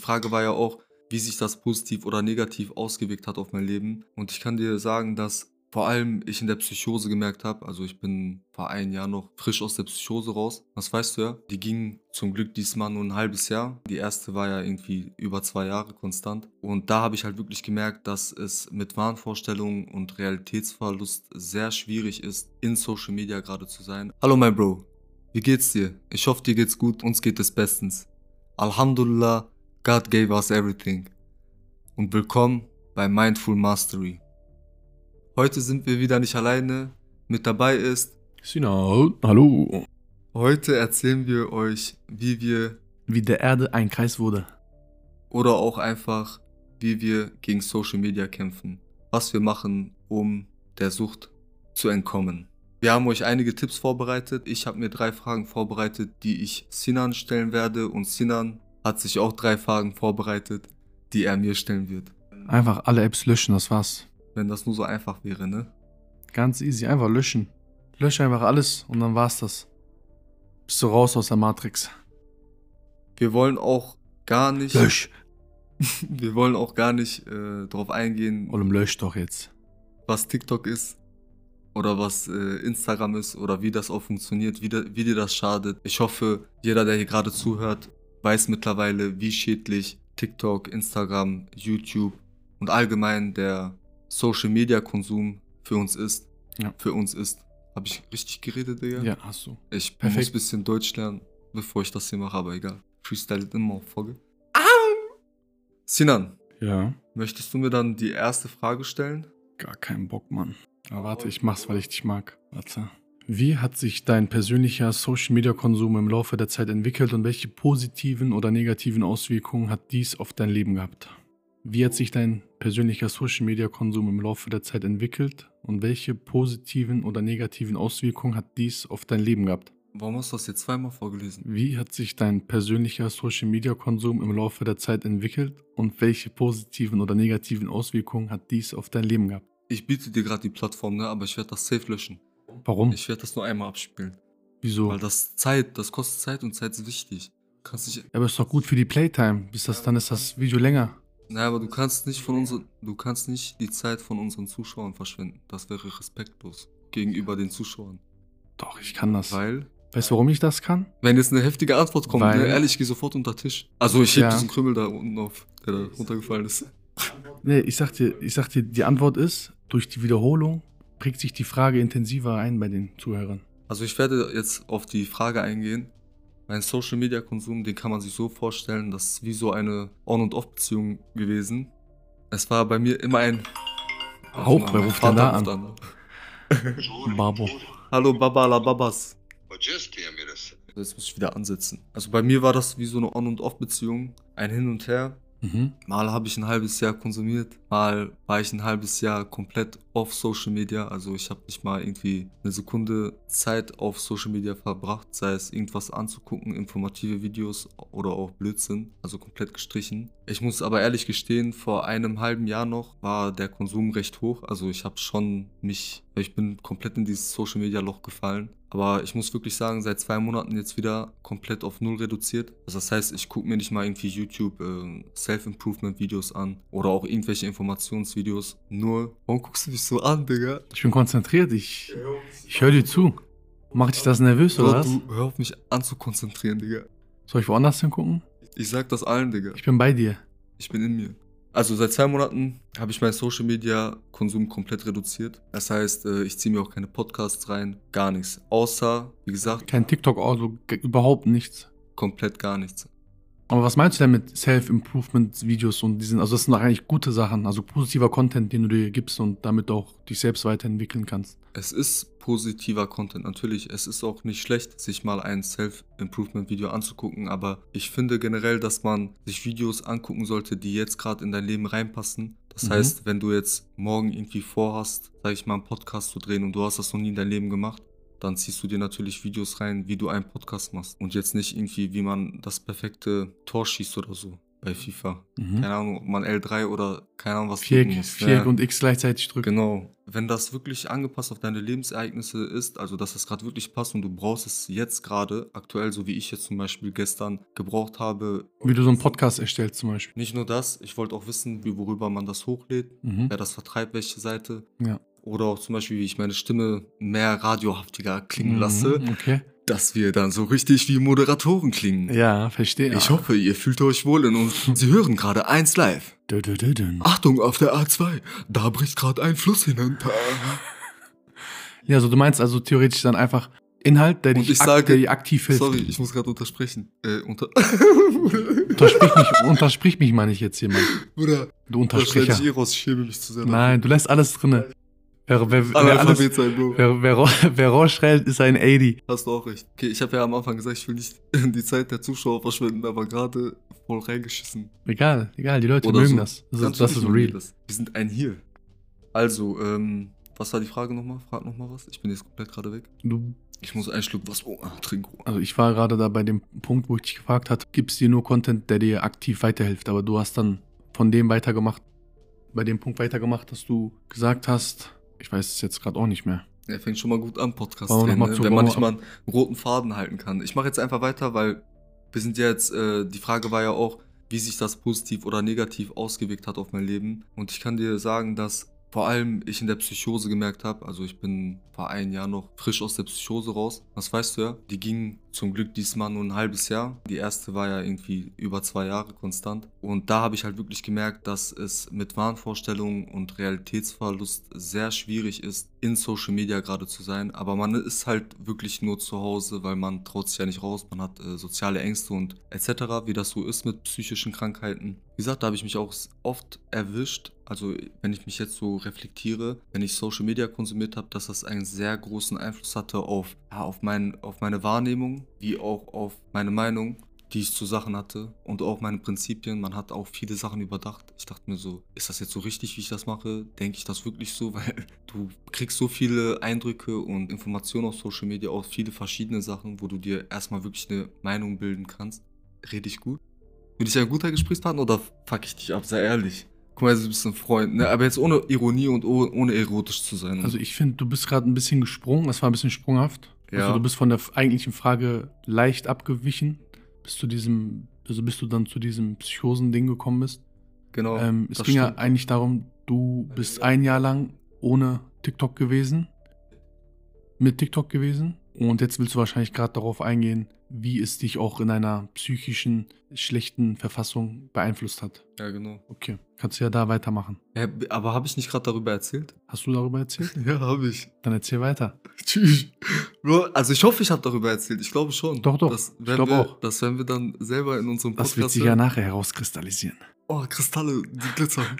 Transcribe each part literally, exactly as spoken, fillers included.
Frage war ja auch, wie sich das positiv oder negativ ausgewirkt hat auf mein Leben. Und ich kann dir sagen, dass vor allem ich in der Psychose gemerkt habe, also ich bin vor einem Jahr noch frisch aus der Psychose raus. Das weißt du ja. Die ging zum Glück diesmal nur ein halbes Jahr. Die erste war ja irgendwie über zwei Jahre konstant. Und da habe ich halt wirklich gemerkt, dass es mit Wahnvorstellungen und Realitätsverlust sehr schwierig ist, in Social Media gerade zu sein. Hallo mein Bro, wie geht's dir? Ich hoffe, dir geht's gut, uns geht es bestens. Alhamdulillah, God gave us everything. Und willkommen bei Mindful Mastery. Heute sind wir wieder nicht alleine. Mit dabei ist Sinan, hallo. Heute erzählen wir euch, wie wir Wie der Erde ein Kreis wurde. oder auch einfach, wie wir gegen Social Media kämpfen. Was wir machen, um der Sucht zu entkommen. Wir haben euch einige Tipps vorbereitet. Ich habe mir drei Fragen vorbereitet, die ich Sinan stellen werde. Und Sinan hat sich auch drei Fragen vorbereitet, die er mir stellen wird. Einfach alle Apps löschen, das war's. Wenn das nur so einfach wäre, ne? Ganz easy, einfach löschen. Lösche einfach alles und dann war's das. Bist du raus aus der Matrix. Wir wollen auch gar nicht... Lösch! Wir wollen auch gar nicht äh, darauf eingehen, Ollem, lösch doch jetzt. was TikTok ist oder was äh, Instagram ist oder wie das auch funktioniert, wie, da, wie dir das schadet. Ich hoffe, jeder, der hier gerade zuhört, weiß mittlerweile, wie schädlich TikTok, Instagram, YouTube und allgemein der Social-Media-Konsum für uns ist. Ja. Für uns ist. Habe ich richtig geredet, Digga? Ja, hast du. Ich Perfekt. muss ein bisschen Deutsch lernen, bevor ich das hier mache, aber egal. Freestyle immer auf Folge. Sinan, Ja. möchtest du mir dann die erste Frage stellen? Gar keinen Bock, Mann. Aber warte, ich mach's, weil ich dich mag. Warte. Wie hat sich dein persönlicher Social-Media-Konsum im Laufe der Zeit entwickelt und welche positiven oder negativen Auswirkungen hat dies auf dein Leben gehabt? Wie hat sich dein persönlicher Social-Media-Konsum im Laufe der Zeit entwickelt und welche positiven oder negativen Auswirkungen hat dies auf dein Leben gehabt? Warum hast du das jetzt zweimal vorgelesen? Wie hat sich dein persönlicher Social-Media-Konsum im Laufe der Zeit entwickelt und welche positiven oder negativen Auswirkungen hat dies auf dein Leben gehabt? Ich biete dir gerade die Plattform, ne? Aber ich werde das safe löschen. Warum? Ich werde das nur einmal abspielen. Wieso? Weil das Zeit, das kostet Zeit und Zeit ist wichtig. Du kannst nicht, Ja, aber ist doch gut für die Playtime. Bis das, dann ist das Video länger. naja, aber du kannst nicht von unseren, du kannst nicht die Zeit von unseren Zuschauern verschwenden. Das wäre respektlos gegenüber den Zuschauern. Doch, ich kann das. Weil, Weißt du, warum ich das kann? wenn jetzt eine heftige Antwort kommt, Weil- ne, ehrlich, ich gehe sofort unter Tisch. Also ich heb Ja. diesen Krümmel da unten auf, der da runtergefallen ist. Nee, ich sag dir, ich sag dir, die Antwort ist, durch die Wiederholung prägt sich die Frage intensiver ein bei den Zuhörern. Also ich werde jetzt auf die Frage eingehen. Mein Social Media Konsum, den kann man sich so vorstellen, das ist wie so eine On- und Off-Beziehung gewesen. Es war bei mir immer ein... Auch, wer Mein ruft denn da Vater an? ruft Babo. Hallo Baba la Babas. وجزت يا ميرس. Jetzt muss ich wieder ansetzen. Also bei mir war das wie so eine On- und Off-Beziehung. Ein Hin und Her. Mhm. Mal habe ich ein halbes Jahr konsumiert, mal war ich ein halbes Jahr komplett auf Social Media. Also ich habe nicht mal irgendwie eine Sekunde Zeit auf Social Media verbracht, sei es irgendwas anzugucken, informative Videos oder auch Blödsinn, also komplett gestrichen. Ich muss aber ehrlich gestehen, vor einem halben Jahr noch war der Konsum recht hoch. Also ich habe schon mich, ich bin komplett in dieses Social Media Loch gefallen. Aber ich muss wirklich sagen, seit zwei Monaten jetzt wieder komplett auf null reduziert. Also das heißt, ich gucke mir nicht mal irgendwie YouTube äh, Self-Improvement-Videos an oder auch irgendwelche Informationsvideos. Nur, warum guckst du mich so an, Digga? Ich bin konzentriert, ich, ich höre dir zu. Macht dich das nervös, oder Bro, was? du, hör auf mich anzukonzentrieren, Digga. Soll ich woanders hingucken? Ich sag das allen, Digga. Ich bin bei dir. Ich bin in mir. Also seit zwei Monaten habe ich meinen Social Media Konsum komplett reduziert. Das heißt, äh, ich ziehe mir auch keine Podcasts rein, gar nichts. Außer, wie gesagt, Kein TikTok, also g- überhaupt nichts. komplett gar nichts. Aber was meinst du denn mit Self-Improvement-Videos und diesen, also das sind doch eigentlich gute Sachen, also positiver Content, den du dir gibst und damit auch dich selbst weiterentwickeln kannst. Es ist positiver Content, natürlich. Es ist auch nicht schlecht, sich mal ein Self-Improvement-Video anzugucken, aber ich finde generell, dass man sich Videos angucken sollte, die jetzt gerade in dein Leben reinpassen. Das Mhm. heißt, wenn du jetzt morgen irgendwie vorhast, sag ich mal, einen Podcast zu drehen und du hast das noch nie in deinem Leben gemacht, dann ziehst du dir natürlich Videos rein, wie du einen Podcast machst und jetzt nicht irgendwie, wie man das perfekte Tor schießt oder so. bei FIFA. Mhm. Keine Ahnung, ob man L drei oder keine Ahnung was drücken Viereck, muss. Viereck Ja, und X gleichzeitig drücken. genau. Wenn das wirklich angepasst auf deine Lebensereignisse ist, also dass es gerade wirklich passt und du brauchst es jetzt gerade, aktuell, so wie ich jetzt zum Beispiel gestern gebraucht habe. Wie du so einen Podcast erstellst zum Beispiel. Nicht nur das, ich wollte auch wissen, wie, worüber man das hochlädt, Mhm. wer das vertreibt, welche Seite. Ja. Oder auch zum Beispiel, wie ich meine Stimme mehr radiohaftiger klingen Mhm, lasse, okay. dass wir dann so richtig wie Moderatoren klingen. Ja, verstehe. Ich hoffe, ihr fühlt euch wohl in uns. Sie hören gerade eins live. Dö, dö, dö, dö. Achtung, auf der A zwei, da bricht gerade ein Fluss hinunter. Ja, also du meinst also theoretisch dann einfach Inhalt, der Und dich ich ak sage- der dir aktiv hilft. Sorry, ich muss gerade untersprechen. Äh, unter... Untersprich mich, untersprich mich meine ich jetzt hier, Mann. Bruder, Du das schneide ich Untersprecher. eh raus, ich schäme mich zu sehr. Nein, du lässt alles drinne. Wer, wer, wer, alles, Analphabet sein, Bro. wer, wer, ra- wer rausschreit, ist ein achtzig. Hast du auch recht. Okay, ich habe ja am Anfang gesagt, ich will nicht die Zeit der Zuschauer verschwenden, aber gerade voll reingeschissen. Egal, egal, die Leute Oder mögen so. das. Das Ganz ist, das wirklich ist mögen real. die das. Wir sind ein hier. Also, ähm, was war die Frage nochmal? Frag nochmal was. Ich bin jetzt komplett gerade weg. Du, Ich muss einen Schluck Wasser oh, ah, trinken. also ich war gerade da bei dem Punkt, wo ich dich gefragt habe, gibt es dir nur Content, der dir aktiv weiterhilft, aber du hast dann von dem weitergemacht, bei dem Punkt weitergemacht, dass du gesagt hast, ich weiß es jetzt gerade auch nicht mehr. Er fängt schon mal gut an, Podcast Wollen wir drehen, noch mal ne? zu- Wenn man wollen nicht wir- mal einen roten Faden halten kann. Ich mache jetzt einfach weiter, weil wir sind ja jetzt, äh, die Frage war ja auch, wie sich das positiv oder negativ ausgewirkt hat auf mein Leben. Und ich kann dir sagen, dass vor allem ich in der Psychose gemerkt habe, also ich bin vor einem Jahr noch frisch aus der Psychose raus. Das weißt du ja, die ging zum Glück diesmal nur ein halbes Jahr. Die erste war ja irgendwie über zwei Jahre konstant. Und da habe ich halt wirklich gemerkt, dass es mit Wahnvorstellungen und Realitätsverlust sehr schwierig ist, in Social Media gerade zu sein. Aber man ist halt wirklich nur zu Hause, weil man traut sich ja nicht raus. Man hat äh, soziale Ängste und et cetera, wie das so ist mit psychischen Krankheiten. Wie gesagt, da habe ich mich auch oft erwischt. Also wenn ich mich jetzt so reflektiere, wenn ich Social Media konsumiert habe, dass das einen sehr großen Einfluss hatte auf, ja, auf, mein, auf meine Wahrnehmung, wie auch auf meine Meinung, die ich zu Sachen hatte und auch meine Prinzipien. Man hat auch viele Sachen überdacht. Ich dachte mir so, ist das jetzt so richtig, wie ich das mache? Denke ich das wirklich so? Weil du kriegst so viele Eindrücke und Informationen auf Social Media, auch viele verschiedene Sachen, wo du dir erstmal wirklich eine Meinung bilden kannst. Rede ich gut? Bin ich ein guter Gesprächspartner oder fuck ich dich ab? Sei ehrlich. Guck mal, du bist ein Freund, ne? Aber jetzt ohne Ironie und oh- ohne erotisch zu sein. Also ich finde, du bist gerade ein bisschen gesprungen, das war ein bisschen sprunghaft. Ja. Also du bist von der eigentlichen Frage leicht abgewichen, bis zu diesem, also bis du dann zu diesem Psychosen-Ding gekommen bist. Genau. Ähm, es das ging ja stimmt. eigentlich darum, du bist ein Jahr lang ohne TikTok gewesen, mit TikTok gewesen. Und jetzt willst du wahrscheinlich gerade darauf eingehen, wie es dich auch in einer psychischen, schlechten Verfassung beeinflusst hat. Ja, genau. Okay, kannst du ja da weitermachen. Ja, aber habe ich nicht gerade darüber erzählt? Hast du darüber erzählt? Ja, habe ich. Dann erzähl weiter. Tschüss. Bro, also ich hoffe, ich habe darüber erzählt. Ich glaube schon. Doch, doch. Das Ich werden glaube wir, auch. Das werden wir dann selber in unserem Das Podcast wird sich ja hören. nachher herauskristallisieren. Oh, Kristalle, die glitzern.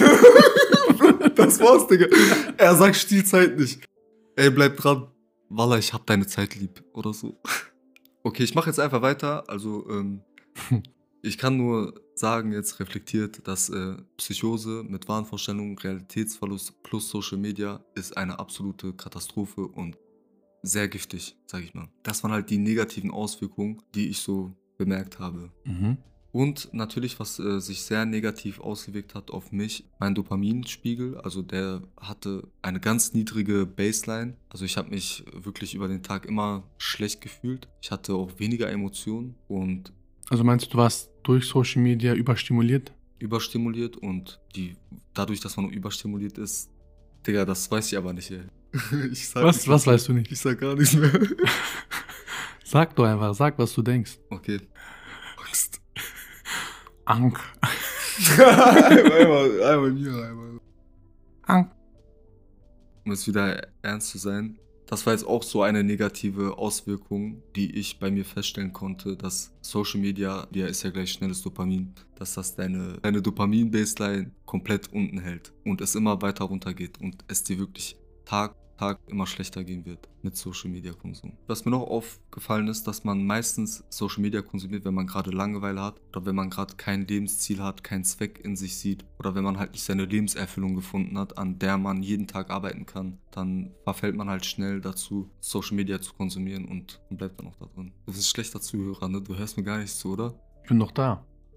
Das war's, Digga. Er sagt Stillzeit nicht. Ey, bleib dran. Wallah, ich hab deine Zeit lieb. Oder so. Okay, ich mache jetzt einfach weiter. Also, ähm, ich kann nur sagen, jetzt reflektiert, dass äh, Psychose mit Wahnvorstellungen, Realitätsverlust plus Social Media ist eine absolute Katastrophe und sehr giftig, sag ich mal. Das waren halt die negativen Auswirkungen, die ich so bemerkt habe. Mhm. Und natürlich, was äh, sich sehr negativ ausgewirkt hat auf mich, mein Dopaminspiegel, also der hatte eine ganz niedrige Baseline. Also ich habe mich wirklich über den Tag immer schlecht gefühlt. Ich hatte auch weniger Emotionen und Also meinst du, du warst durch Social Media überstimuliert? überstimuliert und die, dadurch, dass man überstimuliert ist, Digga, das weiß ich aber nicht, ey. Ich sag Was, nicht, was weißt du nicht? Ich sag gar nichts mehr. Sag doch einfach, sag, was du denkst. Okay. Angst. Ank. einmal, einmal mir, einmal. Ank. Um jetzt wieder ernst zu sein, das war jetzt auch so eine negative Auswirkung, die ich bei mir feststellen konnte, dass Social Media, ja ist ja gleich schnelles Dopamin, dass das deine, deine Dopamin-Baseline komplett unten hält und es immer weiter runtergeht und es dir wirklich Tag Tag immer schlechter gehen wird mit Social Media Konsum. Was mir noch aufgefallen ist, dass man meistens Social Media konsumiert, wenn man gerade Langeweile hat oder wenn man gerade kein Lebensziel hat, keinen Zweck in sich sieht oder wenn man halt nicht seine Lebenserfüllung gefunden hat, an der man jeden Tag arbeiten kann, dann verfällt man halt schnell dazu, Social Media zu konsumieren und bleibt dann auch da drin. Du bist ein schlechter Zuhörer, ne? Du hörst mir gar nicht zu, oder? Ich bin doch da.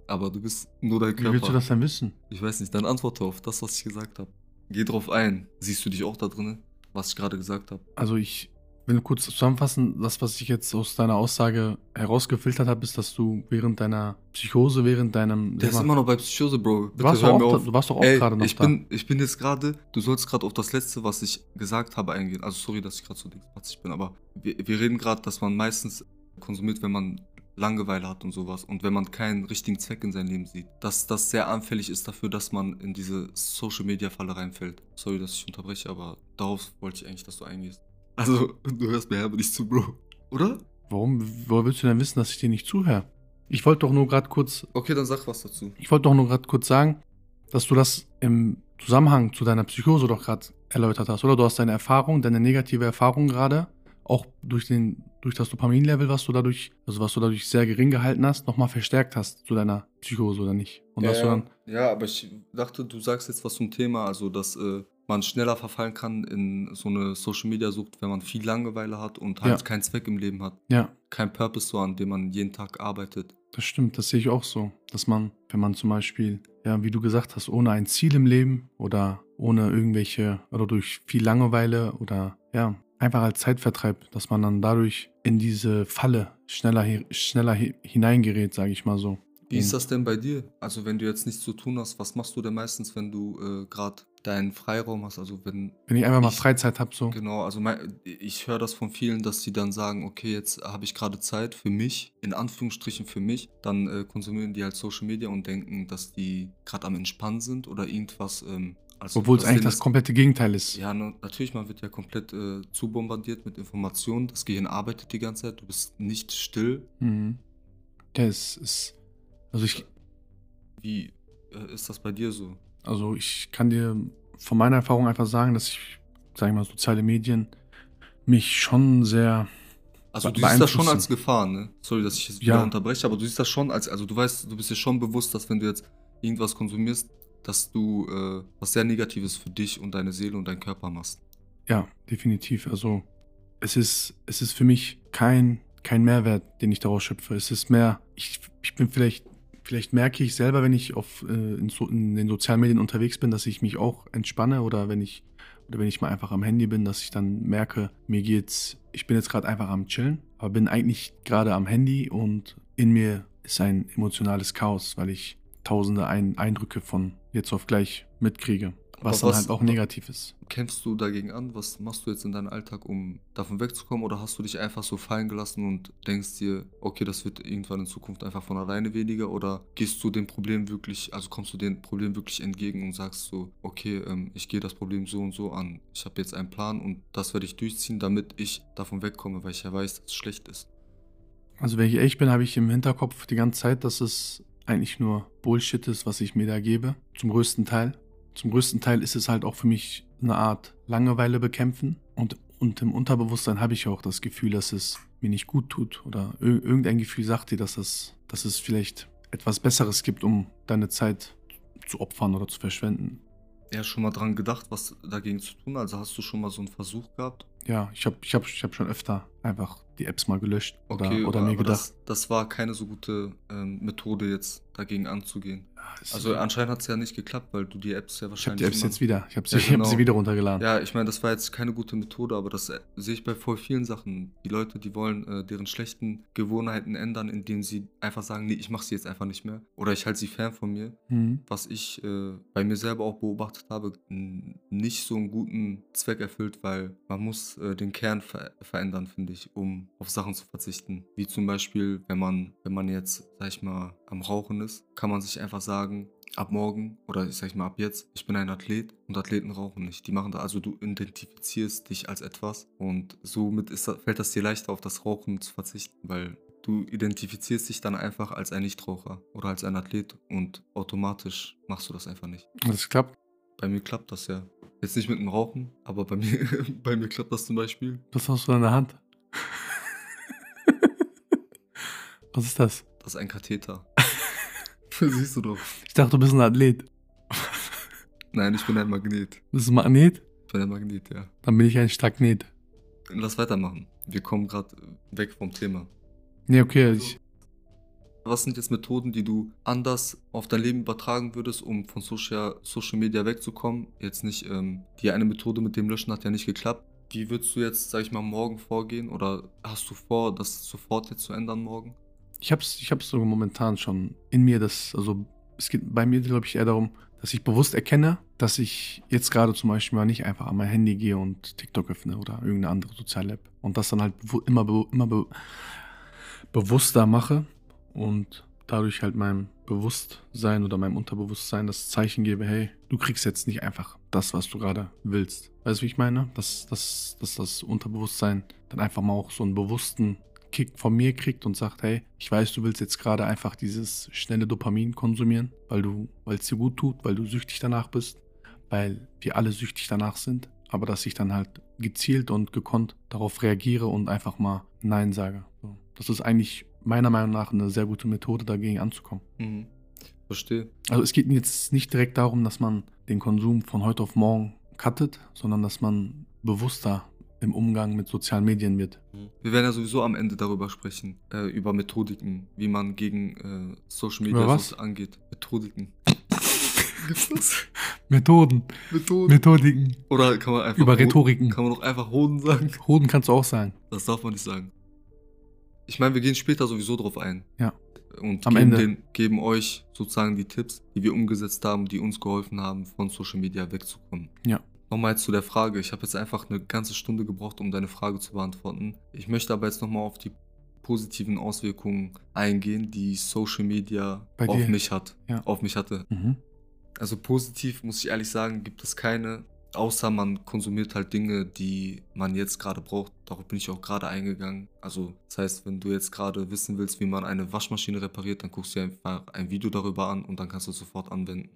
aber du bist nur dein Wie willst du Körper. das denn wissen? Ich weiß nicht, dann antworte auf das, was ich gesagt habe. Geh drauf ein. Siehst du dich auch da drin, was ich gerade gesagt habe? Also ich will kurz zusammenfassen, das, was ich jetzt aus deiner Aussage herausgefiltert habe, ist, dass du während deiner Psychose, während deinem... Der sag ist mal, immer noch bei Psychose, Bro. du, Bitte warst doch hör mir auch, da- auf. du warst doch auch Ey, gerade noch ich da. bin, ich bin jetzt gerade, du sollst gerade auf das Letzte, was ich gesagt habe, eingehen. Also sorry, dass ich gerade so dickpatzig bin, aber wir, wir reden gerade, dass man meistens konsumiert, wenn man Langeweile hat und sowas und wenn man keinen richtigen Zweck in seinem Leben sieht. Dass das sehr anfällig ist dafür, dass man in diese Social-Media-Falle reinfällt. Sorry, dass ich unterbreche, aber darauf wollte ich eigentlich, dass du eingehst. Also, du hörst mir aber nicht zu, Bro. Oder? Warum, woher willst du denn wissen, dass ich dir nicht zuhöre? Ich wollte doch nur gerade kurz, Okay, dann sag was dazu. ich wollte doch nur gerade kurz sagen, dass du das im Zusammenhang zu deiner Psychose doch gerade erläutert hast, oder? Du hast deine Erfahrung, deine negative Erfahrung gerade, auch durch den, durch das Dopaminlevel, was du dadurch, also was du dadurch sehr gering gehalten hast, nochmal verstärkt hast zu deiner Psychose, oder nicht? Und ja, dass du dann, ja, aber ich dachte, du sagst jetzt was zum Thema, also dass äh, man schneller verfallen kann in so eine Social-Media-Sucht, wenn man viel Langeweile hat und halt Ja. keinen Zweck im Leben hat. ja, Kein Purpose, so an dem man jeden Tag arbeitet. das stimmt, das sehe ich auch so, dass man, wenn man zum Beispiel, ja, wie du gesagt hast, ohne ein Ziel im Leben oder ohne irgendwelche, oder durch viel Langeweile oder, ja, einfach als Zeitvertreib, dass man dann dadurch in diese Falle schneller, hi- schneller hi- hineingerät, sage ich mal so. Wie ist das denn bei dir? Also wenn du jetzt nichts zu tun hast, was machst du denn meistens, wenn du äh, gerade deinen Freiraum hast? Also wenn, Wenn ich einfach mal Ich- Freizeit habe, so. genau, also mein, ich höre das von vielen, dass sie dann sagen, okay, jetzt habe ich gerade Zeit für mich, in Anführungsstrichen für mich, dann äh, konsumieren die halt Social Media und denken, dass die gerade am Entspannen sind oder irgendwas. Ähm, also Obwohl es was eigentlich denen das komplette Gegenteil ist. Ja, ne, natürlich, man wird ja komplett äh, zubombardiert mit Informationen. Das Gehirn arbeitet die ganze Zeit, du bist nicht still. Mhm. Ja, es ist, also ich, Wie äh, ist das bei dir so? also ich kann dir von meiner Erfahrung einfach sagen, dass ich, sag ich mal, soziale Medien mich schon sehr, Also Be- du siehst das schon beeinflussen. als Gefahr, ne? Sorry, dass ich jetzt Ja. wieder unterbreche, aber du siehst das schon als, also du weißt, du bist dir schon bewusst, dass wenn du jetzt irgendwas konsumierst, dass du äh, was sehr Negatives für dich und deine Seele und deinen Körper machst. ja, definitiv. Also es ist, es ist für mich kein, kein Mehrwert, den ich daraus schöpfe. Es ist mehr, ich, ich bin vielleicht, vielleicht merke ich selber, wenn ich auf, äh, in, so, in den sozialen Medien unterwegs bin, dass ich mich auch entspanne oder wenn ich, oder wenn ich mal einfach am Handy bin, dass ich dann merke, mir geht's, ich bin jetzt gerade einfach am Chillen, aber bin eigentlich gerade am Handy und in mir ist ein emotionales Chaos, weil ich tausende ein Eindrücke von jetzt auf gleich mitkriege, was Aber dann was- halt auch negativ ist. Kämpfst du dagegen an? Was machst du jetzt in deinem Alltag, um davon wegzukommen? Oder hast du dich einfach so fallen gelassen und denkst dir, okay, das wird irgendwann in Zukunft einfach von alleine weniger? Oder gehst du dem Problem wirklich, also kommst du dem Problem wirklich entgegen und sagst so, okay, ähm, ich gehe das Problem so und so an. Ich habe jetzt einen Plan und das werde ich durchziehen, damit ich davon wegkomme, weil ich ja weiß, dass es schlecht ist. Also wenn ich ehrlich bin, habe ich im Hinterkopf die ganze Zeit, dass es eigentlich nur Bullshit ist, was ich mir da gebe. Zum größten Teil. Zum größten Teil ist es halt auch für mich eine Art Langeweile bekämpfen. Und, und im Unterbewusstsein habe ich auch das Gefühl, dass es mir nicht gut tut. Oder ir irgendein Gefühl sagt dir, dass es, dass es vielleicht etwas Besseres gibt, um deine Zeit zu opfern oder zu verschwenden. Ja, schon mal dran gedacht, was dagegen zu tun? Also hast du schon mal so einen Versuch gehabt? Ja, ich habe ich hab, ich hab schon öfter einfach die Apps mal gelöscht oder, Okay, oder aber, mir aber gedacht. das, das war keine so gute ähm, Methode jetzt dagegen anzugehen. ja, es- Also anscheinend hat es ja nicht geklappt, weil du die Apps ja ich habe wahrscheinlich die Apps immer- jetzt wieder. Ich habe sie, Ja, ich hab genau. sie wieder runtergeladen. Ja, ich meine, das war jetzt keine gute Methode, aber das äh, sehe ich bei voll vielen Sachen. Die Leute, die wollen äh, deren schlechten Gewohnheiten ändern, indem sie einfach sagen, nee, ich mache sie jetzt einfach nicht mehr. Oder ich halte sie fern von mir. Mhm. Was ich äh, bei mir selber auch beobachtet habe, n- nicht so einen guten Zweck erfüllt, weil man muss äh, den Kern ver verändern, finde ich, um auf Sachen zu verzichten. Wie zum Beispiel, wenn man, wenn man jetzt, sag ich mal, am Rauchen ist, kann man sich einfach sagen, ab morgen oder ich sag mal ab jetzt, ich bin ein Athlet und Athleten rauchen nicht. Die machen da, also du identifizierst dich als etwas und somit ist, das- fällt das dir leichter auf das Rauchen zu verzichten, weil du identifizierst dich dann einfach als ein Nichtraucher oder als ein Athlet und automatisch machst du das einfach nicht. Das klappt. Bei mir klappt das ja. Jetzt nicht mit dem Rauchen, aber bei mir, bei mir klappt das zum Beispiel. Was hast du in der Hand? Was ist das? Das ist ein Katheter. Siehst du doch. Ich dachte, du bist ein Athlet. Nein, ich bin ein Magnet. Du bist ein Magnet? Ich bin ein Magnet, ja. Dann bin ich ein Stagnet. Lass weitermachen. Wir kommen gerade weg vom Thema. Nee, okay. Ich, Was sind jetzt Methoden, die du anders auf dein Leben übertragen würdest, um von Social, Social Media wegzukommen? Jetzt nicht, ähm, die eine Methode mit dem Löschen hat ja nicht geklappt. Wie würdest du jetzt, sag ich mal, morgen vorgehen? Oder hast du vor, das sofort jetzt zu ändern morgen? Ich hab's, ich hab's sogar momentan schon in mir, dass, also es geht bei mir, glaube ich, eher darum, dass ich bewusst erkenne, dass ich jetzt gerade zum Beispiel mal nicht einfach an mein Handy gehe und TikTok öffne oder irgendeine andere soziale App und das dann halt bewu- immer, bewu- immer be bewusster mache und dadurch halt meinem Bewusstsein oder meinem Unterbewusstsein das Zeichen gebe, hey, du kriegst jetzt nicht einfach das, was du gerade willst. Weißt du, wie ich meine? Dass, dass, dass das Unterbewusstsein dann einfach mal auch so einen bewussten Kick von mir kriegt und sagt, hey, ich weiß, du willst jetzt gerade einfach dieses schnelle Dopamin konsumieren, weil du, weil es dir gut tut, weil du süchtig danach bist, weil wir alle süchtig danach sind, aber dass ich dann halt gezielt und gekonnt darauf reagiere und einfach mal Nein sage. So. Das ist eigentlich meiner Meinung nach eine sehr gute Methode, dagegen anzukommen. Mhm. Verstehe. Also es geht jetzt nicht direkt darum, dass man den Konsum von heute auf morgen cuttet, sondern dass man bewusster im Umgang mit sozialen Medien wird. Wir werden ja sowieso am Ende darüber sprechen, äh, über Methodiken, wie man gegen äh, Social Über Media was? so angeht. Methodiken. Gibt's das? Methoden, Methoden. Methodiken, Oder kann man einfach über Ho- Rhetoriken. Kann man auch einfach Hoden sagen? Hoden kannst du auch sagen. Das darf man nicht sagen. Ich meine, wir gehen später sowieso drauf ein. Ja. Und Am geben, Ende. Den, geben euch sozusagen die Tipps, die wir umgesetzt haben, die uns geholfen haben, von Social Media wegzukommen. Ja. Nochmal jetzt zu der Frage. Ich habe jetzt einfach eine ganze Stunde gebraucht, um deine Frage zu beantworten. Ich möchte aber jetzt nochmal auf die positiven Auswirkungen eingehen, die Social Media Bei auf dir. mich hat, Ja. auf mich hatte. Mhm. Also positiv, muss ich ehrlich sagen, gibt es keine, außer man konsumiert halt Dinge, die man jetzt gerade braucht. Darauf bin ich auch gerade eingegangen. Also das heißt, wenn du jetzt gerade wissen willst, wie man eine Waschmaschine repariert, dann guckst du dir einfach ein Video darüber an und dann kannst du es sofort anwenden.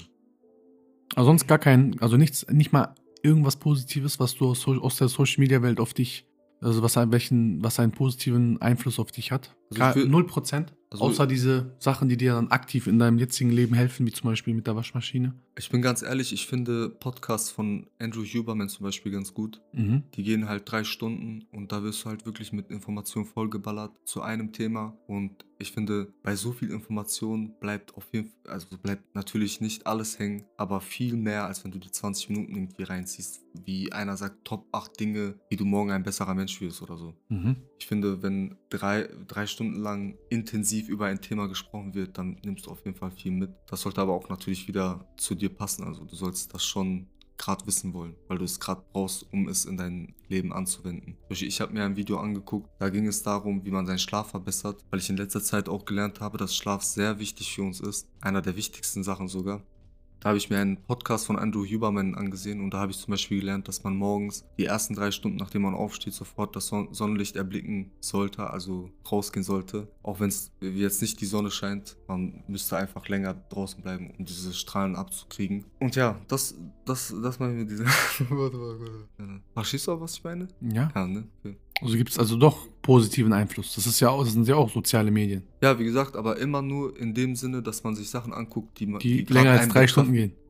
Also sonst gar kein, also nichts, nicht mal irgendwas Positives, was du aus, so- aus der Social Media Welt auf dich, also was ein, welchen, was einen positiven Einfluss auf dich hat. Also Gar ich will- null Prozent. also- Außer diese Sachen, die dir dann aktiv in deinem jetzigen Leben helfen, wie zum Beispiel mit der Waschmaschine. Ich bin ganz ehrlich, ich finde Podcasts von Andrew Huberman zum Beispiel ganz gut. Mhm. Die gehen halt drei Stunden und da wirst du halt wirklich mit Informationen vollgeballert zu einem Thema. Und ich finde, bei so viel Information bleibt auf jeden Fall, also bleibt natürlich nicht alles hängen, aber viel mehr, als wenn du die zwanzig Minuten irgendwie reinziehst, wie einer sagt, Top acht Dinge, wie du morgen ein besserer Mensch wirst oder so. Mhm. Ich finde, wenn drei, drei Stunden lang intensiv über ein Thema gesprochen wird, dann nimmst du auf jeden Fall viel mit. Das sollte aber auch natürlich wieder zu dir passen. Also du sollst das schon gerade wissen wollen, weil du es gerade brauchst, um es in dein Leben anzuwenden. Zum Beispiel, ich habe mir ein Video angeguckt, da ging es darum, wie man seinen Schlaf verbessert, weil ich in letzter Zeit auch gelernt habe, dass Schlaf sehr wichtig für uns ist. Einer der wichtigsten Sachen sogar. Da habe ich mir einen Podcast von Andrew Huberman angesehen und da habe ich zum Beispiel gelernt, dass man morgens die ersten drei Stunden, nachdem man aufsteht, sofort das Son- Sonnenlicht erblicken sollte, also rausgehen sollte. Auch wenn es jetzt nicht die Sonne scheint, man müsste einfach länger draußen bleiben, um diese Strahlen abzukriegen. Und ja, das, das, das meine ich mit dieser... Warte, warte, warte. Verstehst du auch, was ich meine? Ja. Ja, ne? Okay. Also gibt es also doch positiven Einfluss. Das ist ja auch, das sind ja auch soziale Medien, Ja, wie gesagt, aber immer nur in dem Sinne, dass man sich Sachen anguckt, die, man, die, grad länger als einen drei betreffen- Stunden gehen.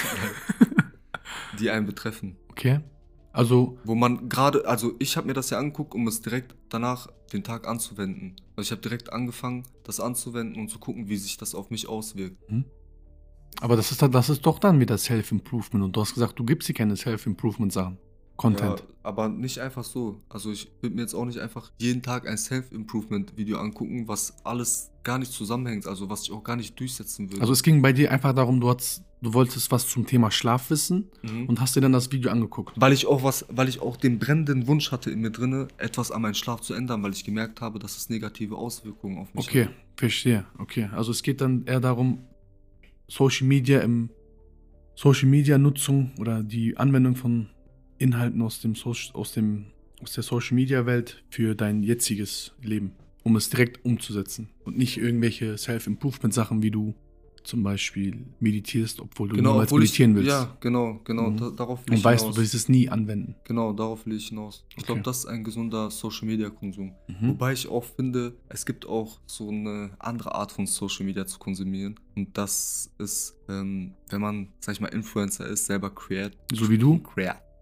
die einen betreffen. Okay. Also, Wo man gerade, also ich habe mir das ja angeguckt, um es direkt danach den Tag anzuwenden. Also ich habe direkt angefangen, das anzuwenden und zu gucken, wie sich das auf mich auswirkt. aber das ist, dann, das ist doch dann wieder Self-Improvement. Und du hast gesagt, du gibst dir keine Self-Improvement-Sachen. Content. Ja, aber nicht einfach so. Also ich würde mir jetzt auch nicht einfach jeden Tag ein Self-Improvement-Video angucken, was alles gar nicht zusammenhängt, also was ich auch gar nicht durchsetzen würde. Also es ging bei dir einfach darum, du, hast, du wolltest was zum Thema Schlaf wissen Mhm. und hast dir dann das Video angeguckt. Weil ich auch was, weil ich auch den brennenden Wunsch hatte in mir drinne, etwas an meinen Schlaf zu ändern, weil ich gemerkt habe, dass es negative Auswirkungen auf mich Okay, hat. verstehe. Okay, also es geht dann eher darum, Social Media im Social Media Nutzung oder die Anwendung von Inhalten aus dem Soci- aus dem aus der Social Media Welt für dein jetziges Leben, um es direkt umzusetzen und nicht irgendwelche Self-Improvement Sachen, wie du zum Beispiel meditierst, obwohl du Genau, niemals obwohl ich, meditieren willst. ja, genau, genau, Mhm. da, darauf will Und ich weißt, du hinaus. willst es nie anwenden. Genau, darauf will ich hinaus. Ich glaube, Okay. das ist ein gesunder Social-Media-Konsum. Mhm. Wobei ich auch finde, es gibt auch so eine andere Art von Social-Media zu konsumieren. Und das ist, ähm, wenn man, sag ich mal, Influencer ist, selber create. So wie du? Create.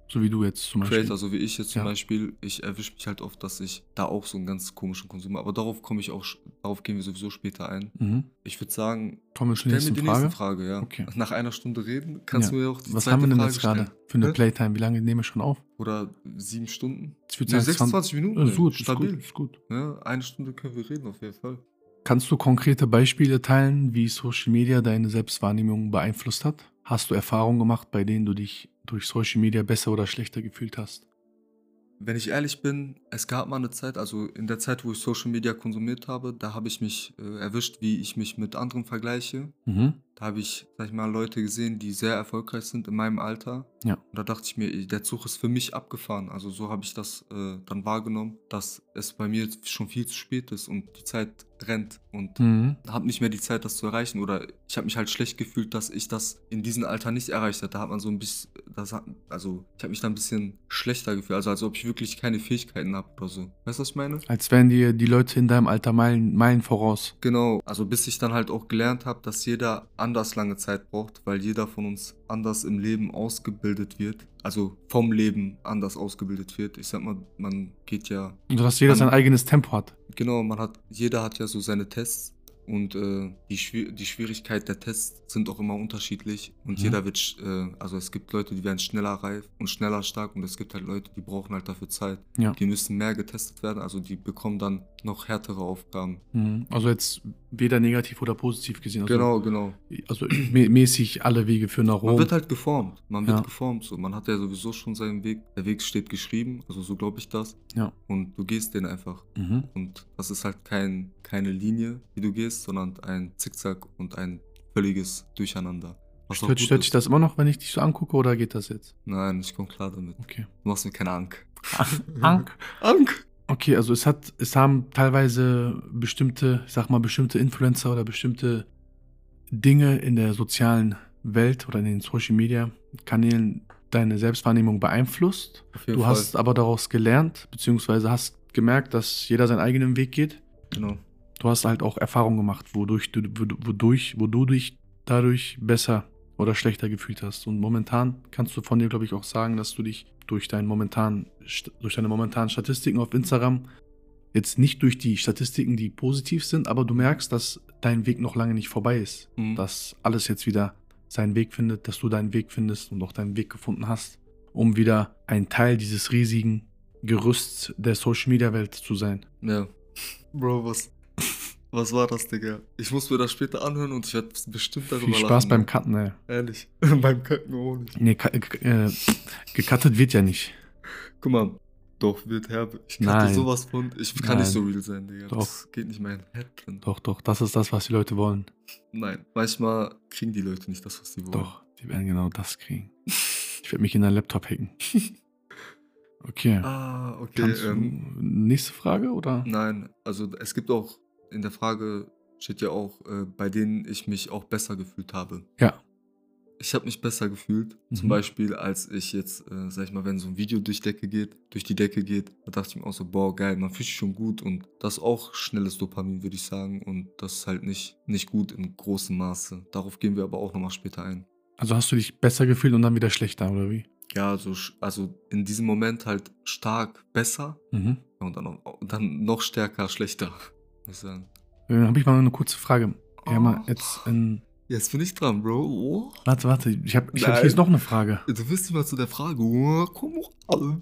So wie du jetzt zum Beispiel. Creator, so wie ich jetzt zum Ja. Beispiel, ich erwische mich halt oft, dass ich da auch so einen ganz komischen Konsum habe. Aber darauf komme ich auch, sch- darauf gehen wir sowieso später ein. Mhm. Ich würde sagen, Kommen wir zur stell mir nächsten die nächste Frage. Frage, ja. Okay. Nach einer Stunde reden, kannst Ja. du mir auch die Was haben wir zweite denn Frage jetzt gerade stellen. für eine Hä? Playtime? Wie lange nehmen wir schon auf? Oder sieben Stunden? Ich würde Ne, sagen, sechsundzwanzig zwanzig Minuten, ist ey. gut, ist gut, Stabil. ist gut. Ja, eine Stunde können wir reden, auf jeden Fall. Kannst du konkrete Beispiele teilen, wie Social Media deine Selbstwahrnehmung beeinflusst hat? Hast du Erfahrungen gemacht, bei denen du dich durch Social Media besser oder schlechter gefühlt hast? Wenn ich ehrlich bin, es gab mal eine Zeit, also in der Zeit, wo ich Social Media konsumiert habe, da habe ich mich äh, erwischt, wie ich mich mit anderen vergleiche. Mhm. Da habe ich, sag ich mal, Leute gesehen, die sehr erfolgreich sind in meinem Alter. Ja. Und da dachte ich mir, ey, der Zug ist für mich abgefahren. Also so habe ich das äh, dann wahrgenommen, dass es bei mir jetzt schon viel zu spät ist und die Zeit rennt und Mhm. habe nicht mehr die Zeit, das zu erreichen. Oder ich habe mich halt schlecht gefühlt, dass ich das in diesem Alter nicht erreicht habe. Da hat man so ein bisschen, das hat, also ich habe mich da ein bisschen schlechter gefühlt. Also als ob ich wirklich keine Fähigkeiten habe oder so. Weißt du, was ich meine? Als wären dir die Leute in deinem Alter Meilen, Meilen voraus. Genau, also bis ich dann halt auch gelernt habe, dass jeder anders lange Zeit braucht, weil jeder von uns anders im Leben ausgebildet wird. Also vom Leben anders ausgebildet wird. Ich sag mal, man geht ja, Und dass jeder Man- sein eigenes Tempo hat. genau, man hat, jeder hat ja so seine Tests und äh, die, Schwier die Schwierigkeit der Tests sind auch immer unterschiedlich und Mhm. jeder wird, sch- äh, also es gibt Leute, die werden schneller reif und schneller stark und es gibt halt Leute, die brauchen halt dafür Zeit. Ja. Die müssen mehr getestet werden, also die bekommen dann noch härtere Aufgaben. Mhm. Also jetzt weder negativ oder positiv gesehen. Also, Genau, genau. Also mä- mäßig alle Wege führen nach Man Rom. wird halt geformt. Man wird Ja. geformt. So. Man hat ja sowieso schon seinen Weg. Der Weg steht geschrieben. Also so glaube ich das. Ja. Und du gehst den einfach. Mhm. Und das ist halt kein, keine Linie, die du gehst, sondern ein Zickzack und ein völliges Durcheinander. Was auch Stört, gut stört ist. dich das immer noch, wenn ich dich so angucke, oder geht das jetzt? Nein, ich komme klar damit. Okay. Du machst mir keine Ank. Ank? Ank! Okay, also es hat, es haben teilweise bestimmte, ich sag mal, bestimmte Influencer oder bestimmte Dinge in der sozialen Welt oder in den Social Media Kanälen deine Selbstwahrnehmung beeinflusst. Auf jeden Du Fall. hast aber daraus gelernt, beziehungsweise hast gemerkt, dass jeder seinen eigenen Weg geht. Genau. Du hast halt auch Erfahrungen gemacht, wodurch du, wodurch, wo du dich dadurch besser oder schlechter gefühlt hast. Und momentan kannst du von dir, glaube ich, auch sagen, dass du dich durch, deinen momentan, durch deine momentanen Statistiken auf Instagram, jetzt nicht durch die Statistiken, die positiv sind, aber du merkst, dass dein Weg noch lange nicht vorbei ist. Mhm. Dass alles jetzt wieder seinen Weg findet, dass du deinen Weg findest und auch deinen Weg gefunden hast, um wieder ein Teil dieses riesigen Gerüsts der Social-Media-Welt zu sein. Ja. Bro, was, was war das, Digga? Ich muss mir das später anhören und ich werde bestimmt darüber Viel Spaß lachen. beim ne? Cutten, ey. Ehrlich. beim Kacken auch nicht. Nee, ka- äh, gecuttet wird ja nicht. Guck mal, doch, wird herbe. Ich kannte Nein. sowas von. Ich kann Nein. nicht so real sein, Digga. Doch. Das geht nicht in mein Head drin. Doch, doch, das ist das, was die Leute wollen. Nein. Manchmal kriegen die Leute nicht das, was sie wollen. Doch, die werden genau das kriegen. Ich werde mich in deinen Laptop hacken. Okay. Ah, okay. Kannst du, Ähm, nächste Frage, oder? nein, also es gibt auch, in der Frage steht ja auch, äh, bei denen ich mich auch besser gefühlt habe. Ja. Ich habe mich besser gefühlt, zum Mhm. Beispiel, als ich jetzt, äh, sag ich mal, wenn so ein Video durch Decke geht, durch die Decke geht, da dachte ich mir auch so, boah, geil, man fühlt sich schon gut und das ist auch schnelles Dopamin, würde ich sagen, und das ist halt nicht, nicht gut in großem Maße. Darauf gehen wir aber auch nochmal später ein. Also hast du dich besser gefühlt und dann wieder schlechter, oder wie? Ja, also, sch- also in diesem Moment halt stark besser Mhm. und dann, auch, und dann noch stärker schlechter, muss ich sagen. Dann habe ich mal eine kurze Frage. Ja, mal Oh. jetzt in. Jetzt bin ich dran, Bro. Oh. Warte, warte, ich habe ich hab Nein. hier ist noch eine Frage. Du bist nicht mal zu der Frage. Oh, komm an.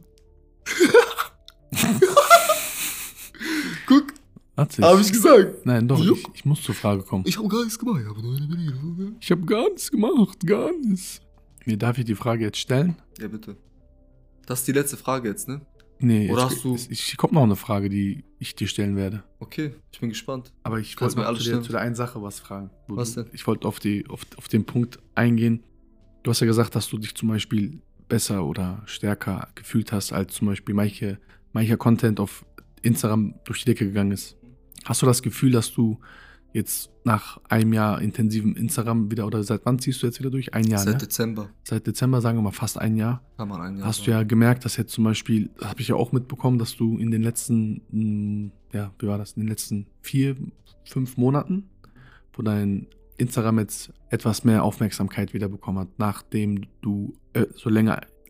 Guck, Warte. hab ich gesagt. Nein, doch, Ja. ich, ich muss zur Frage kommen. Ich habe gar nichts gemacht. Ich habe nur eine Video. Ich habe gar nichts gemacht, gar nichts. Nee, darf ich die Frage jetzt stellen? Ja, bitte. Das ist die letzte Frage jetzt, ne? Nee, Oder jetzt, hast du- es, ich, kommt noch eine Frage, die ich dir stellen werde. Okay, ich bin gespannt. Aber ich Kannst wollte mir noch alles zu, der, stellen. zu der einen Sache was fragen. Wo Was du, denn? Ich wollte auf, die, auf, auf den Punkt eingehen. Du hast ja gesagt, dass du dich zum Beispiel besser oder stärker gefühlt hast, als zum Beispiel manche, mancher Content auf Instagram durch die Decke gegangen ist. Hast du das Gefühl, dass du jetzt nach einem Jahr intensivem Instagram wieder, oder seit wann ziehst du jetzt wieder durch? Ein Jahr, Seit ne? Dezember Seit Dezember, sagen wir mal fast ein Jahr. kann man ein Jahr Hast du ja gemerkt, dass jetzt zum Beispiel, das habe ich ja auch mitbekommen, dass du in den letzten, mh, ja, wie war das, in den letzten vier, fünf Monaten, wo dein Instagram jetzt etwas mehr Aufmerksamkeit wieder bekommen hat, nachdem du äh, so länger,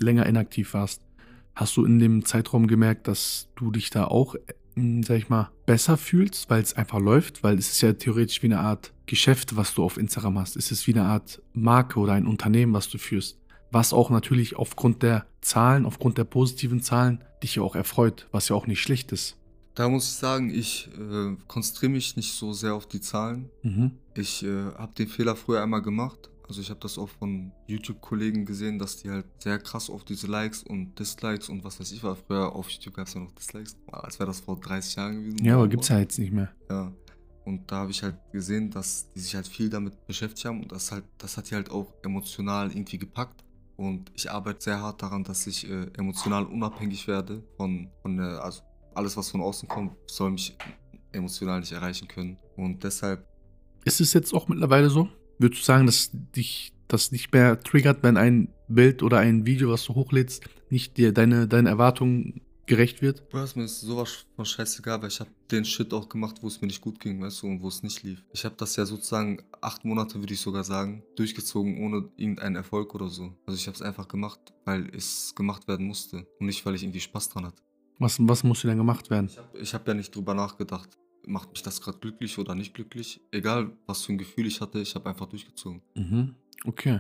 länger inaktiv warst, hast du in dem Zeitraum gemerkt, dass du dich da auch, äh, sag ich mal, besser fühlst, weil es einfach läuft? Weil es ist ja theoretisch wie eine Art Geschäft, was du auf Instagram hast. Es ist wie eine Art Marke oder ein Unternehmen, was du führst. Was auch natürlich aufgrund der Zahlen, aufgrund der positiven Zahlen dich ja auch erfreut, was ja auch nicht schlecht ist. Da muss ich sagen, ich äh, konzentriere mich nicht so sehr auf die Zahlen. Mhm. Ich äh, habe den Fehler früher einmal gemacht. Also ich habe das auch von YouTube-Kollegen gesehen, dass die halt sehr krass auf diese Likes und Dislikes und was weiß ich war. Früher auf YouTube gab es ja noch Dislikes, als wäre das vor dreißig Jahren gewesen. Ja, aber gibt's ja jetzt nicht mehr. Ja. Und da habe ich halt gesehen, dass die sich halt viel damit beschäftigt haben und das halt, das hat die halt auch emotional irgendwie gepackt. Und ich arbeite sehr hart daran, dass ich äh, emotional unabhängig werde von, von der, also alles, was von außen kommt, soll mich emotional nicht erreichen können. Und deshalb. Ist es jetzt auch mittlerweile so? Würdest du sagen, dass dich das nicht mehr triggert, wenn ein Bild oder ein Video, was du hochlädst, nicht dir deine, deine Erwartungen gerecht wird? Bro, ist mir sowas von scheißegal, weil ich habe den Shit auch gemacht, wo es mir nicht gut ging, weißt du, und wo es nicht lief. Ich habe das ja sozusagen acht Monate, würde ich sogar sagen, durchgezogen, ohne irgendeinen Erfolg oder so. Also ich habe es einfach gemacht, weil es gemacht werden musste und nicht, weil ich irgendwie Spaß dran hatte. Was, was muss denn gemacht werden? Ich habe ich hab ja nicht drüber nachgedacht, macht mich das gerade glücklich oder nicht glücklich. Egal, was für ein Gefühl ich hatte, ich habe einfach durchgezogen. Mhm. Okay.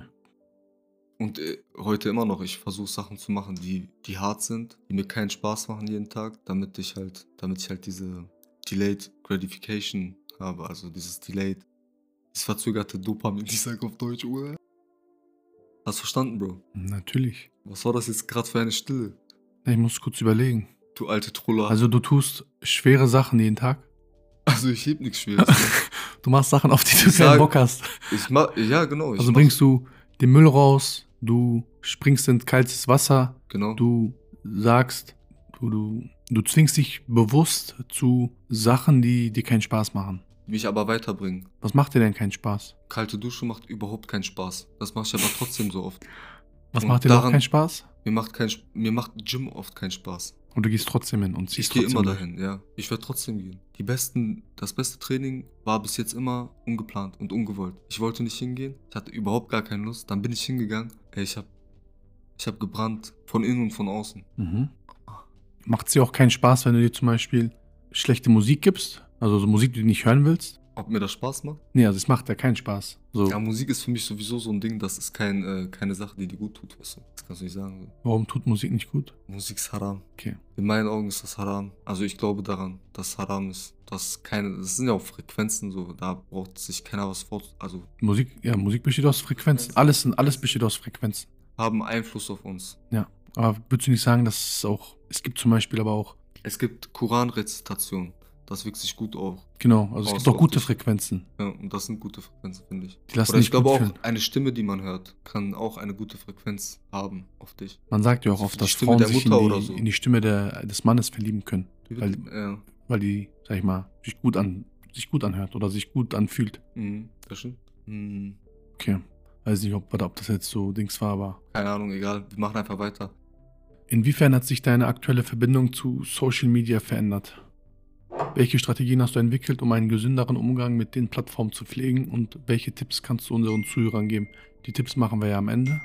Und äh, heute immer noch, ich versuche Sachen zu machen, die, die hart sind, die mir keinen Spaß machen jeden Tag, damit ich halt, damit ich halt diese Delayed Gratification habe, also dieses Delayed, dieses verzögerte Dopamin, ich sag auf Deutsch, Uhr. Hast du verstanden, Bro? Natürlich. Was war das jetzt gerade für eine Stille? Ich muss kurz überlegen. Du alte Troller. Also du tust schwere Sachen jeden Tag? Also ich heb nichts Schweres. Du machst Sachen, auf die du Ich keinen sag- Bock hast. Ich mach, ja genau. Ich Also mach- bringst du den Müll raus, du springst in kaltes Wasser, Genau. du sagst, du, du, du zwingst dich bewusst zu Sachen, die dir keinen Spaß machen. Mich aber weiterbringen. Was macht dir denn keinen Spaß? Kalte Dusche macht überhaupt keinen Spaß. Das mache ich aber trotzdem so oft. Was Und macht dir noch daran- keinen Spaß? Mir macht kein, Sp- mir macht Gym oft keinen Spaß. Und du gehst trotzdem hin und ziehst Ich gehe trotzdem immer durch. dahin, ja. Ich werde trotzdem gehen. Die besten, das beste Training war bis jetzt immer ungeplant und ungewollt. Ich wollte nicht hingehen. Ich hatte überhaupt gar keine Lust. Dann bin ich hingegangen. Ey, ich habe ich hab gebrannt. Von innen und von außen. Mhm. Macht es dir auch keinen Spaß, wenn du dir zum Beispiel schlechte Musik gibst? Also so Musik, die du nicht hören willst? Ob mir das Spaß macht? Nee, also es macht ja keinen Spaß. So, Ja, Musik ist für mich sowieso so ein Ding, das ist kein, äh, keine Sache, die dir gut tut. Weißt du? Das kannst du nicht sagen. warum tut Musik nicht gut? Musik ist Haram. Okay. In meinen Augen ist das Haram. Also ich glaube daran, dass Haram ist. Das keine, das sind ja auch Frequenzen so. Da braucht sich keiner was vor. Also Musik, ja, Musik besteht aus Frequenzen. Alles, alles besteht aus Frequenzen. haben Einfluss auf uns. Ja. Aber würdest du nicht sagen, dass es auch, es gibt zum Beispiel aber auch, Es gibt Koranrezitation. Das wirkt sich gut auf. genau, also es Aus- gibt auch auf gute dich. Frequenzen. Ja, und das sind gute Frequenzen, finde ich. Die lassen Oder ich dich glaube gut auch, fühlen. eine Stimme, die man hört, kann auch eine gute Frequenz haben auf dich. Man sagt ja auch Also oft, die dass Stimme Frauen der sich in Mutter die, oder so. in die Stimme der, des Mannes verlieben können, Die Weil- wird, ja, weil die, sag ich mal, sich gut an, sich gut anhört oder sich gut anfühlt. mhm, das stimmt. Mhm. Okay. Weiß nicht, ob, oder ob das jetzt so Dings war, aber Keine Ahnung, egal. Wir machen einfach weiter. inwiefern hat sich deine aktuelle Verbindung zu Social Media verändert? Welche Strategien hast du entwickelt, um einen gesünderen Umgang mit den Plattformen zu pflegen und welche Tipps kannst du unseren Zuhörern geben? Die Tipps machen wir ja am Ende.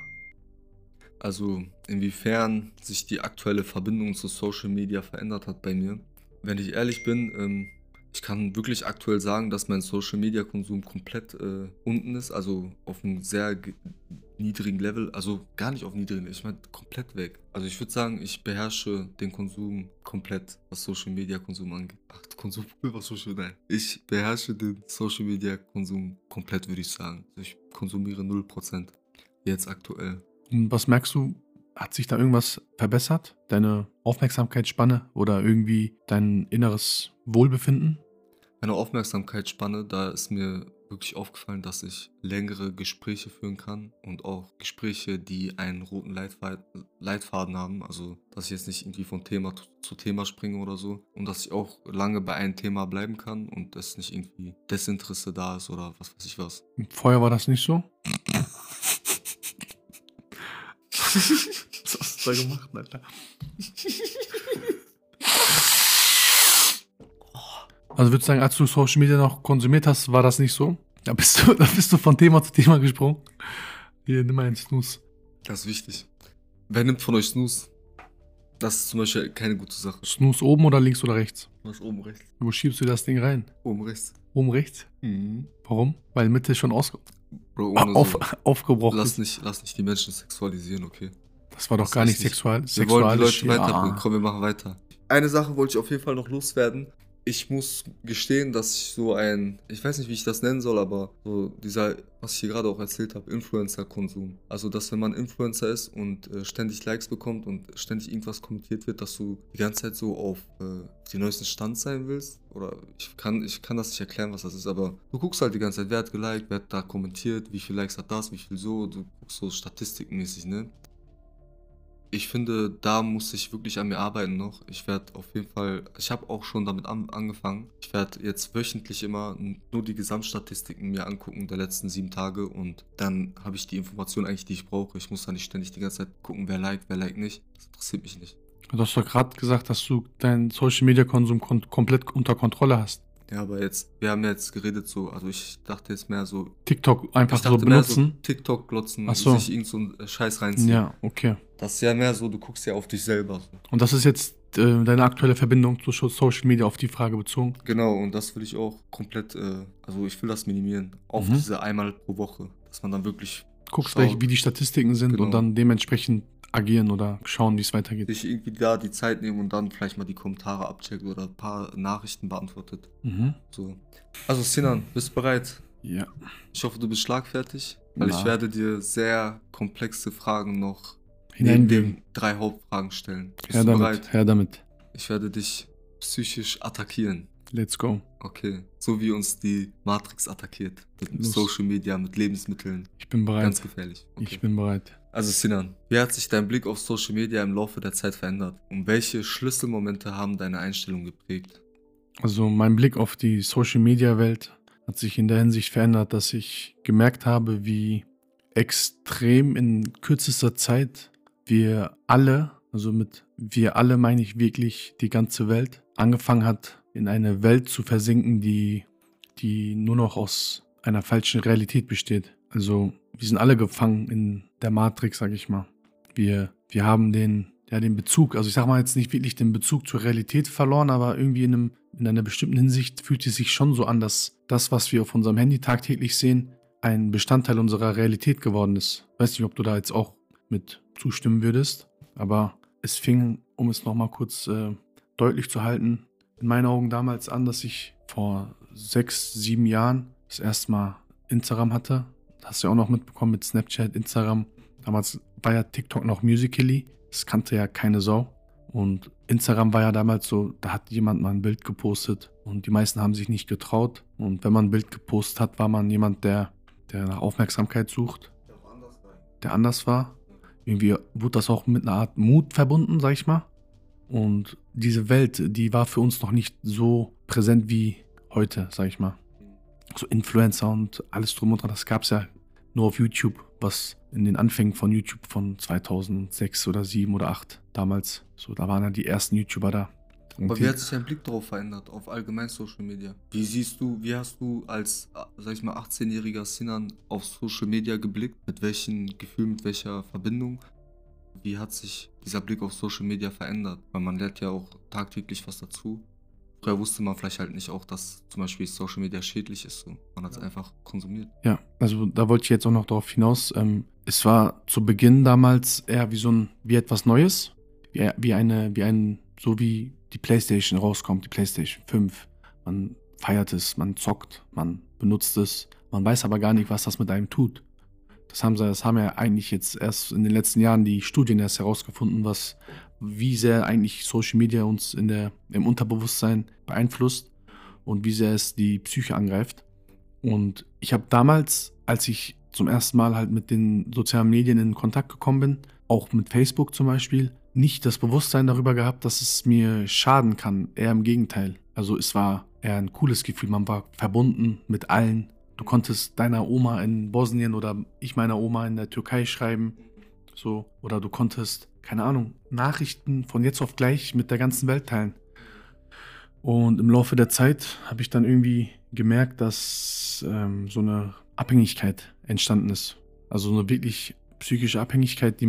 Also, inwiefern sich die aktuelle Verbindung zu Social Media verändert hat bei mir. Wenn ich ehrlich bin, ähm, ich kann wirklich aktuell sagen, dass mein Social Media Konsum komplett äh, unten ist, also auf einem sehr ge- niedrigen Level, also gar nicht auf niedrigen Level, ich meine komplett weg. Also ich würde sagen, ich beherrsche den Konsum komplett, was Social Media Konsum angeht. Ach, Konsum, was Social, nein. Ich beherrsche den Social Media Konsum komplett, würde ich sagen. Also ich konsumiere null Prozent jetzt aktuell. Und was merkst du, hat sich da irgendwas verbessert? Deine Aufmerksamkeitsspanne oder irgendwie dein inneres Wohlbefinden? Meine Aufmerksamkeitsspanne, da ist mir wirklich aufgefallen, dass ich längere Gespräche führen kann und auch Gespräche, die einen roten Leitfa- Leitfaden haben. Also, dass ich jetzt nicht irgendwie von Thema zu- zu Thema springe oder so. Und dass ich auch lange bei einem Thema bleiben kann und dass nicht irgendwie Desinteresse da ist oder was weiß ich was. Vorher war das nicht so? Was hast du da gemacht, Alter? Also würdest du sagen, als du Social Media noch konsumiert hast, war das nicht so? Da bist du, da bist du von Thema zu Thema gesprungen. Hier, nimm mal einen Snooze. Das ist wichtig. Wer nimmt von euch Snooze? Das ist zum Beispiel keine gute Sache. Snooze oben oder links oder rechts? Was oben rechts? Wo schiebst du das Ding rein? Oben rechts. Oben rechts? Mhm. Warum? Weil Mitte schon aus Bro, ohne auf so. aufgebrochen Lass ist. nicht, lass nicht die Menschen sexualisieren, okay? Das war doch Das gar reicht nicht sexual Wir wollen die sexualisch. Leute weiterbringen. Ja. Komm, wir machen weiter. Eine Sache wollte ich auf jeden Fall noch loswerden. Ich muss gestehen, dass ich so ein, ich weiß nicht, wie ich das nennen soll, aber so dieser, was ich hier gerade auch erzählt habe, Influencer-Konsum. Also, dass wenn man Influencer ist und äh, ständig Likes bekommt und ständig irgendwas kommentiert wird, dass du die ganze Zeit so auf äh, den neuesten Stand sein willst. Oder ich kann, ich kann das nicht erklären, was das ist, aber du guckst halt die ganze Zeit, wer hat geliked, wer hat da kommentiert, wie viele Likes hat das, wie viel so, du guckst so statistikenmäßig, ne? Ich finde, da muss ich wirklich an mir arbeiten noch. Ich werde auf jeden Fall, ich habe auch schon damit an, angefangen. Ich werde jetzt wöchentlich immer n- nur die Gesamtstatistiken mir angucken der letzten sieben Tage und dann habe ich die Information eigentlich, die ich brauche. Ich muss da nicht ständig die ganze Zeit gucken, wer liked, wer liked nicht. Das interessiert mich nicht. Du hast doch gerade gesagt, dass du deinen Social-Media-Konsum kon komplett unter Kontrolle hast. Ja, aber jetzt, wir haben jetzt geredet so, also ich dachte jetzt mehr so, TikTok einfach ich so dachte mehr so benutzen. TikTok glotzen, Ach so. sich irgend so einen äh, Scheiß reinziehen. Ja, okay. Das ist ja mehr so, du guckst ja auf dich selber. So. Und das ist jetzt äh, deine aktuelle Verbindung zu Scho- Social Media auf die Frage bezogen. Genau, und das will ich auch komplett, äh, also ich will das minimieren. Auf Mhm. diese einmal pro Woche. Dass man dann wirklich Guckst, schaut, welche, wie die Statistiken sind Genau. und dann dementsprechend agieren oder schauen, wie es weitergeht. sich irgendwie da die Zeit nehmen und dann vielleicht mal die Kommentare abcheckt oder ein paar Nachrichten beantwortet. Mhm. So. Also Sinan, bist du bereit? Ja. Ich hoffe, du bist schlagfertig. Weil Na. ich werde dir sehr komplexe Fragen noch neben Hineingeben. den drei Hauptfragen stellen. Bist Her du damit. bereit? Her damit. Ich werde dich psychisch attackieren. Let's go. Okay. So wie uns die Matrix attackiert. Mit Los. Social Media, mit Lebensmitteln. Ich bin bereit. Ganz gefährlich. Okay. Ich bin bereit. Also Sinan, wie hat sich dein Blick auf Social Media im Laufe der Zeit verändert? Und welche Schlüsselmomente haben deine Einstellung geprägt? Also mein Blick auf die Social-Media-Welt hat sich in der Hinsicht verändert, dass ich gemerkt habe, wie extrem in kürzester Zeit wir alle, also mit wir alle meine ich wirklich die ganze Welt, angefangen hat, in eine Welt zu versinken, die, die nur noch aus einer falschen Realität besteht. Also wir sind alle gefangen in der Matrix, sag ich mal. Wir, wir haben den, ja, den Bezug, also ich sag mal jetzt nicht wirklich den Bezug zur Realität verloren, aber irgendwie in, einem, in einer bestimmten Hinsicht fühlt es sich schon so an, dass das, was wir auf unserem Handy tagtäglich sehen, ein Bestandteil unserer Realität geworden ist. Weiß nicht, ob du da jetzt auch mit zustimmen würdest, aber es fing, um es nochmal kurz äh, deutlich zu halten, in meinen Augen damals an, dass ich vor sechs, sieben Jahren das erste Mal Instagram hatte. Das hast du ja auch noch mitbekommen mit Snapchat, Instagram. Damals war ja TikTok noch Musical.ly. Das kannte ja keine Sau. Und Instagram war ja damals so, da hat jemand mal ein Bild gepostet und die meisten haben sich nicht getraut. Und wenn man ein Bild gepostet hat, war man jemand, der, der nach Aufmerksamkeit sucht, der anders war. Irgendwie wurde das auch mit einer Art Mut verbunden, sag ich mal. Und diese Welt, die war für uns noch nicht so präsent wie heute, sag ich mal. So Influencer und alles drum und dran, das gab es ja nur auf YouTube, was in den Anfängen von YouTube von zweitausendsechs oder sieben oder acht damals, so da waren ja die ersten YouTuber da. Und Aber die, wie hat sich dein Blick darauf verändert, auf allgemein Social Media? Wie siehst du, wie hast du als, äh, sag ich mal, achtzehnjähriger Sinan auf Social Media geblickt? Mit welchen Gefühlen, mit welcher Verbindung? Wie hat sich dieser Blick auf Social Media verändert? Weil man lernt ja auch tagtäglich was dazu. Früher wusste man vielleicht halt nicht auch, dass zum Beispiel Social Media schädlich ist. So. Man hat es einfach konsumiert. Ja, also da wollte ich jetzt auch noch darauf hinaus. Ähm, es war zu Beginn damals eher wie so ein, wie etwas Neues, wie, wie eine, wie ein, so wie die PlayStation rauskommt, die PlayStation fünf. Man feiert es, man zockt, man benutzt es, man weiß aber gar nicht, was das mit einem tut. Das haben, sie, das haben ja eigentlich jetzt erst in den letzten Jahren die Studien erst herausgefunden, was, wie sehr eigentlich Social Media uns in der, im Unterbewusstsein beeinflusst und wie sehr es die Psyche angreift. Und ich habe damals, als ich zum ersten Mal halt mit den sozialen Medien in Kontakt gekommen bin, auch mit Facebook zum Beispiel, nicht das Bewusstsein darüber gehabt, dass es mir schaden kann. Eher im Gegenteil. Also es war eher ein cooles Gefühl. Man war verbunden mit allen. Du konntest deiner Oma in Bosnien oder ich meiner Oma in der Türkei schreiben. So. Oder du konntest, keine Ahnung, Nachrichten von jetzt auf gleich mit der ganzen Welt teilen. Und im Laufe der Zeit habe ich dann irgendwie gemerkt, dass ähm, so eine Abhängigkeit entstanden ist. Also eine wirklich psychische Abhängigkeit, die mich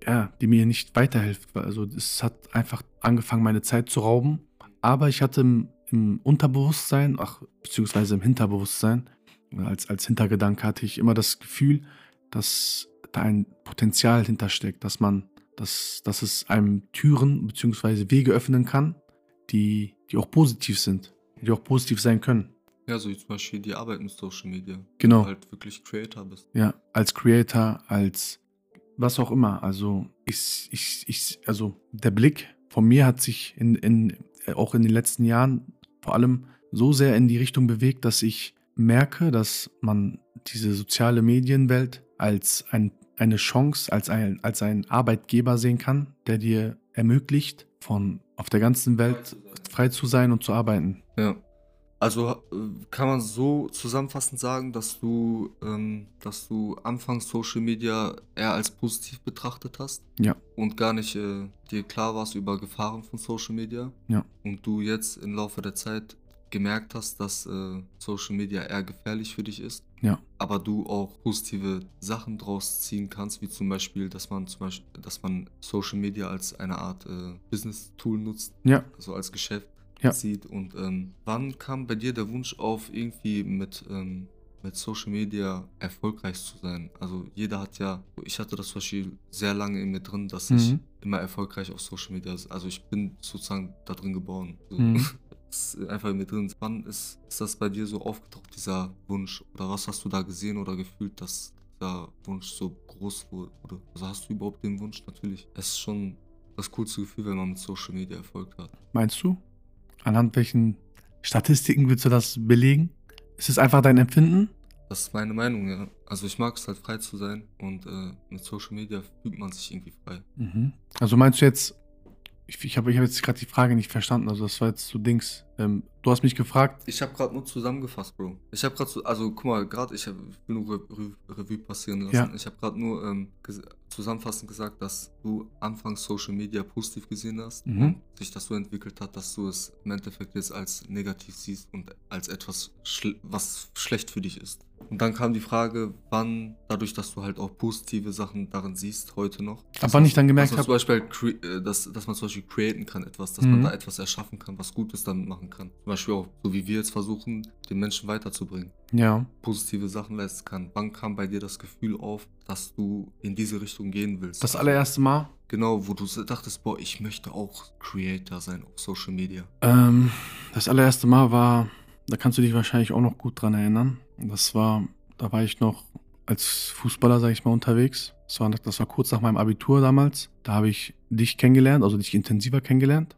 ja, die mir nicht weiterhilft. Also es hat einfach angefangen, meine Zeit zu rauben. Aber ich hatte im, im Unterbewusstsein, ach, beziehungsweise im Hinterbewusstsein, als, als Hintergedanke hatte ich immer das Gefühl, dass da ein Potenzial hintersteckt, dass man, dass, dass es einem Türen beziehungsweise Wege öffnen kann, die, die auch positiv sind, die auch positiv sein können. Ja, so wie zum Beispiel die Arbeit mit Social Media. Wenn Genau. du halt wirklich Creator bist. Ja, als Creator, als was auch immer. Also ich, ich, ich, also der Blick von mir hat sich in, in, auch in den letzten Jahren vor allem so sehr in die Richtung bewegt, dass ich merke, dass man diese soziale Medienwelt als ein, eine Chance, als ein, als ein Arbeitgeber sehen kann, der dir ermöglicht, von auf der ganzen Welt frei zu sein und zu arbeiten. Ja. Also äh, kann man so zusammenfassend sagen, dass du, ähm, dass du anfangs Social Media eher als positiv betrachtet hast Ja, und gar nicht äh, dir klar warst über Gefahren von Social Media ja, und du jetzt im Laufe der Zeit gemerkt hast, dass äh, Social Media eher gefährlich für dich ist, ja, aber du auch positive Sachen draus ziehen kannst, wie zum Beispiel, dass man zum Beispiel, dass man Social Media als eine Art äh, Business-Tool nutzt, ja, also als Geschäft Ja. sieht. Und ähm, wann kam bei dir der Wunsch auf, irgendwie mit, ähm, mit Social Media erfolgreich zu sein? Also jeder hat ja, ich hatte das zum Beispiel sehr lange in mir drin, dass ich Mhm. immer erfolgreich auf Social Media, also ich bin sozusagen da drin geboren. So. Mhm. Das ist einfach in mir drin. Wann ist, ist das bei dir so aufgetaucht, dieser Wunsch? Oder was hast du da gesehen oder gefühlt, dass dieser Wunsch so groß wurde? Also hast du überhaupt den Wunsch? Natürlich. Es ist schon das coolste Gefühl, wenn man mit Social Media Erfolg hat. Meinst du? Anhand welchen Statistiken willst du das belegen? Ist es einfach dein Empfinden? Das ist meine Meinung, ja. Also ich mag es halt frei zu sein und äh, mit Social Media fühlt man sich irgendwie frei. Mhm. Also meinst du jetzt, ich, ich habe ich hab jetzt gerade die Frage nicht verstanden, also das war jetzt so Dings. Ähm, du hast mich gefragt. Ich habe gerade nur zusammengefasst, Bro. Ich habe gerade so, also guck mal, gerade ich, hab, ich will nur Re Re Revue passieren lassen. Ja. Ich habe gerade nur ähm, zusammenfassend gesagt, dass du anfangs Social Media positiv gesehen hast Mhm. und sich das so entwickelt hat, dass du es im Endeffekt jetzt als negativ siehst und als etwas, schl was schlecht für dich ist. Und dann kam die Frage, wann, dadurch, dass du halt auch positive Sachen darin siehst, heute noch. Ab wann ich dann gemerkt dass man habe. zum Beispiel, cre- äh, dass, dass man zum Beispiel createn kann etwas, dass Mhm. man da etwas erschaffen kann, was Gutes damit machen kann. Zum Beispiel auch, so wie wir jetzt versuchen, den Menschen weiterzubringen, Ja. positive Sachen leisten kann. Wann kam bei dir das Gefühl auf, dass du in diese Richtung gehen willst? Das Also, allererste Mal. Genau, wo du so dachtest, boah, ich möchte auch Creator sein auf Social Media. Ähm, das allererste Mal war, da kannst du dich wahrscheinlich auch noch gut dran erinnern. Das war, da war ich noch als Fußballer, sag ich mal, unterwegs. Das war, das war kurz nach meinem Abitur damals. Da habe ich dich kennengelernt, also dich intensiver kennengelernt.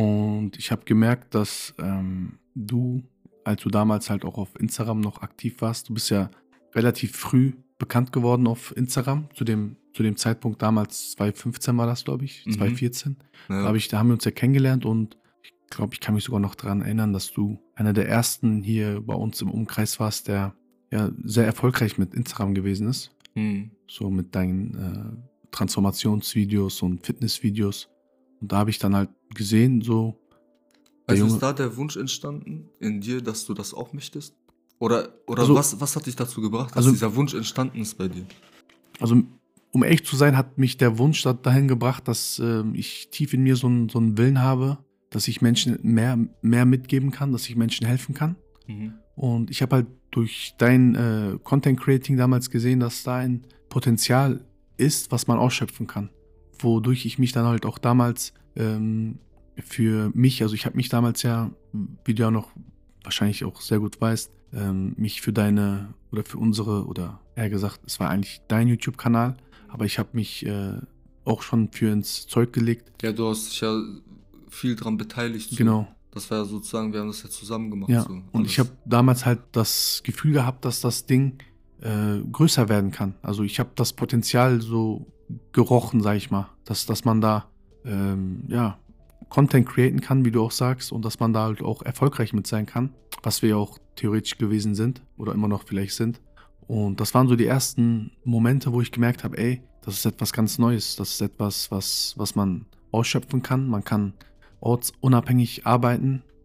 Und ich habe gemerkt, dass ähm, du, als du damals halt auch auf Instagram noch aktiv warst, du bist ja relativ früh bekannt geworden auf Instagram. Zu dem, zu dem Zeitpunkt damals, zwanzig fünfzehn war das, glaube ich, Mhm. zwanzig vierzehn. Ja. Da, hab ich, da haben wir uns ja kennengelernt und ich glaube, ich kann mich sogar noch daran erinnern, dass du einer der ersten hier bei uns im Umkreis warst, der ja sehr erfolgreich mit Instagram gewesen ist. Mhm. So mit deinen äh, Transformationsvideos und Fitnessvideos. Und da habe ich dann halt gesehen, so der Also Junge. ist da der Wunsch entstanden in dir, dass du das auch möchtest? Oder, oder Also- was, was hat dich dazu gebracht, dass Also- dieser Wunsch entstanden ist bei dir? Also, um ehrlich zu sein, hat mich der Wunsch da- dahin gebracht, dass ähm, ich tief in mir so, einen- so einen Willen habe, dass ich Menschen mehr, mehr mitgeben kann, dass ich Menschen helfen kann. Mhm. Und ich habe halt durch dein äh, Content Creating damals gesehen, dass da ein Potenzial ist, was man ausschöpfen kann. Wodurch ich mich dann halt auch damals ähm, für mich, also ich habe mich damals ja, wie du ja noch wahrscheinlich auch sehr gut weißt, ähm, mich für deine oder für unsere, oder eher gesagt, es war eigentlich dein YouTube-Kanal, aber ich habe mich äh, auch schon für ins Zeug gelegt. Ja, du hast dich ja viel dran beteiligt. So. Genau. Das war ja sozusagen, wir haben das ja zusammen gemacht. Ja, So, und alles. ich habe damals halt das Gefühl gehabt, dass das Ding äh, größer werden kann. Also ich habe das Potenzial so gerochen, sag ich mal, dass, dass man da ähm, ja, Content createn kann, wie du auch sagst, und dass man da halt auch erfolgreich mit sein kann, was wir ja auch theoretisch gewesen sind oder immer noch vielleicht sind. Und das waren so die ersten Momente, wo ich gemerkt habe, ey, das ist etwas ganz Neues, das ist etwas, was, was man ausschöpfen kann. Man kann ortsunabhängig arbeiten,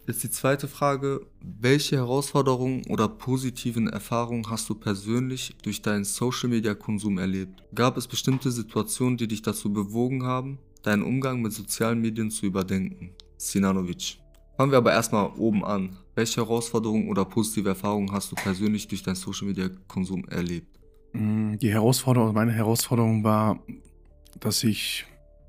Jetzt die zweite Frage. Welche Herausforderungen oder positiven Erfahrungen hast du persönlich durch deinen Social-Media-Konsum erlebt? Gab es bestimmte Situationen, die dich dazu bewogen haben, deinen Umgang mit sozialen Medien zu überdenken? Sinanovic. Fangen wir aber erstmal oben an. Welche Herausforderungen oder positive Erfahrungen hast du persönlich durch deinen Social-Media-Konsum erlebt? Mm, Die Herausforderung, meine Herausforderung war, dass ich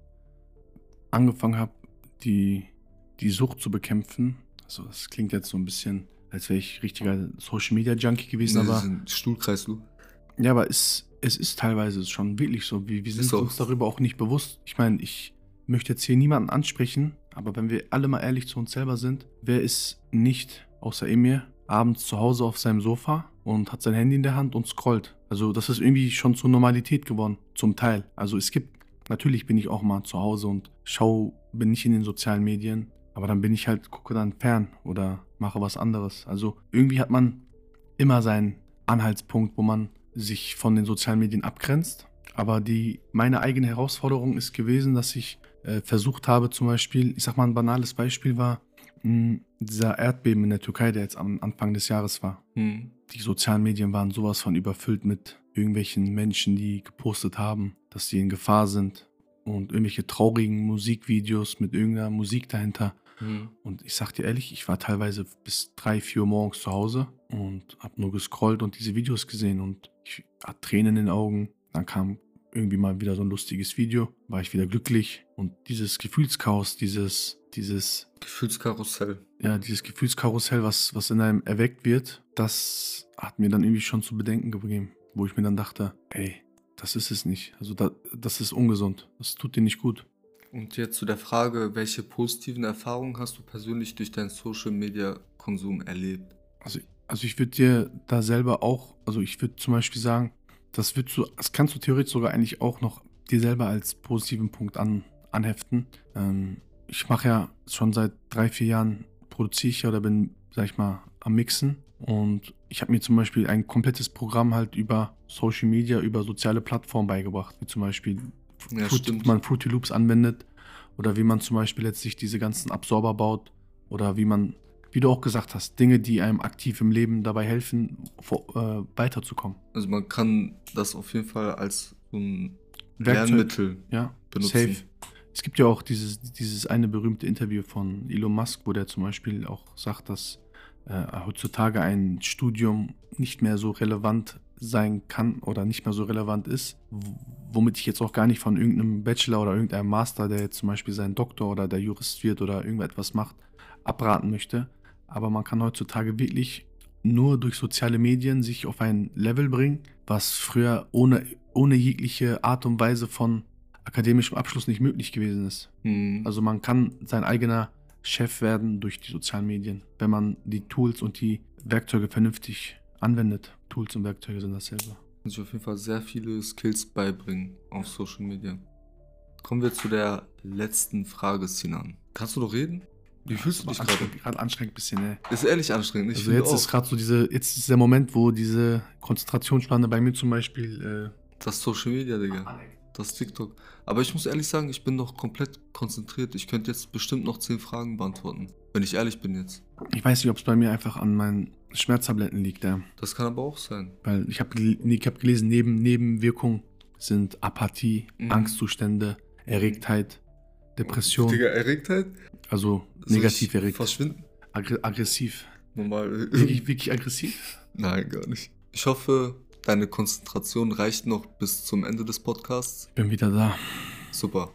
angefangen habe, die, die Sucht zu bekämpfen. Also das klingt jetzt so ein bisschen, als wäre ich richtiger Social Media Junkie gewesen, Das aber ist ein Stuhlkreislu. ja, aber es, es ist teilweise schon wirklich so. Wir, wir sind Ist auch. uns darüber auch nicht bewusst. Ich meine, ich möchte jetzt hier niemanden ansprechen, aber wenn wir alle mal ehrlich zu uns selber sind, wer ist nicht, außer Emir, abends zu Hause auf seinem Sofa und hat sein Handy in der Hand und scrollt? Also das ist irgendwie schon zur Normalität geworden, zum Teil. Also es gibt, natürlich bin ich auch mal zu Hause und schau, bin nicht in den sozialen Medien, aber dann bin ich halt, gucke dann fern oder mache was anderes. Also irgendwie hat man immer seinen Anhaltspunkt, wo man sich von den sozialen Medien abgrenzt. Aber die, meine eigene Herausforderung ist gewesen, dass ich äh, versucht habe, zum Beispiel, ich sag mal, ein banales Beispiel war, mh, dieser Erdbeben in der Türkei, der jetzt am Anfang des Jahres war. Hm. Die sozialen Medien waren sowas von überfüllt mit irgendwelchen Menschen, die gepostet haben, dass sie in Gefahr sind und irgendwelche traurigen Musikvideos mit irgendeiner Musik dahinter. Hm. Und ich sag dir ehrlich, ich war teilweise bis drei, vier Uhr morgens zu Hause und hab nur gescrollt und diese Videos gesehen und ich hatte Tränen in den Augen. Dann kam irgendwie mal wieder so ein lustiges Video, war ich wieder glücklich und dieses Gefühlschaos, dieses, dieses, Gefühlskarussell. ja, dieses Gefühlskarussell, was, was in einem erweckt wird, das hat mir dann irgendwie schon zu bedenken gegeben, wo ich mir dann dachte, ey, das ist es nicht. Also da, das ist ungesund, das tut dir nicht gut. Und jetzt zu der Frage, welche positiven Erfahrungen hast du persönlich durch deinen Social-Media-Konsum erlebt? Also, also ich würde dir da selber auch, also ich würde zum Beispiel sagen, das, würdest du, das kannst du theoretisch sogar eigentlich auch noch dir selber als positiven Punkt an, anheften. Ähm, ich mache ja schon seit drei, vier Jahren, produziere ich ja oder bin, sag ich mal, am Mixen. Und ich habe mir zum Beispiel ein komplettes Programm halt über Social Media, über soziale Plattformen beigebracht, wie zum Beispiel, Ja, Fruit, stimmt. wie man Fruity Loops anwendet oder wie man zum Beispiel letztlich diese ganzen Absorber baut oder wie man, wie du auch gesagt hast, Dinge, die einem aktiv im Leben dabei helfen, vor, äh, weiterzukommen. Also man kann das auf jeden Fall als so ein Werkzeug. Lernmittel Ja, benutzen. safe. Es gibt ja auch dieses, dieses eine berühmte Interview von Elon Musk, wo der zum Beispiel auch sagt, dass äh, heutzutage ein Studium nicht mehr so relevant sein kann oder nicht mehr so relevant ist, w- womit ich jetzt auch gar nicht von irgendeinem Bachelor oder irgendeinem Master, der jetzt zum Beispiel sein Doktor oder der Jurist wird oder irgendetwas macht, abraten möchte. Aber man kann heutzutage wirklich nur durch soziale Medien sich auf ein Level bringen, was früher ohne, ohne jegliche Art und Weise von akademischem Abschluss nicht möglich gewesen ist. Hm. Also man kann sein eigener Chef werden durch die sozialen Medien, wenn man die Tools und die Werkzeuge vernünftig anwendet. Tools und Werkzeuge sind dasselbe. Kann sich auf jeden Fall sehr viele Skills beibringen auf Social Media. Kommen wir zu der letzten Frage, Sinan. Kannst du noch reden? Wie fühlst du dich gerade? Anstrengend- Gerade anstrengend ein bisschen, ne? Ist ehrlich anstrengend. Ich Also finde jetzt auch, ist gerade so diese, jetzt ist der Moment, wo diese Konzentrationsspanne bei mir zum Beispiel das Social Media, äh, Digga. aneckt. Das TikTok. Aber ich muss ehrlich sagen, ich bin noch komplett konzentriert. Ich könnte jetzt bestimmt noch zehn Fragen beantworten. Wenn ich ehrlich bin jetzt. Ich weiß nicht, ob es bei mir einfach an meinen Schmerztabletten liegt, ja. Das kann aber auch sein. Weil ich habe ich hab gelesen, neben Nebenwirkungen sind Apathie, Mhm. Angstzustände, Erregtheit, Depression, Digga, Erregtheit? also Soll negativ ich erregt, Verschwinden? aggr aggressiv. Normal. Wirklich, wirklich aggressiv? Nein, gar nicht. Ich hoffe, deine Konzentration reicht noch bis zum Ende des Podcasts. Bin wieder da. Super.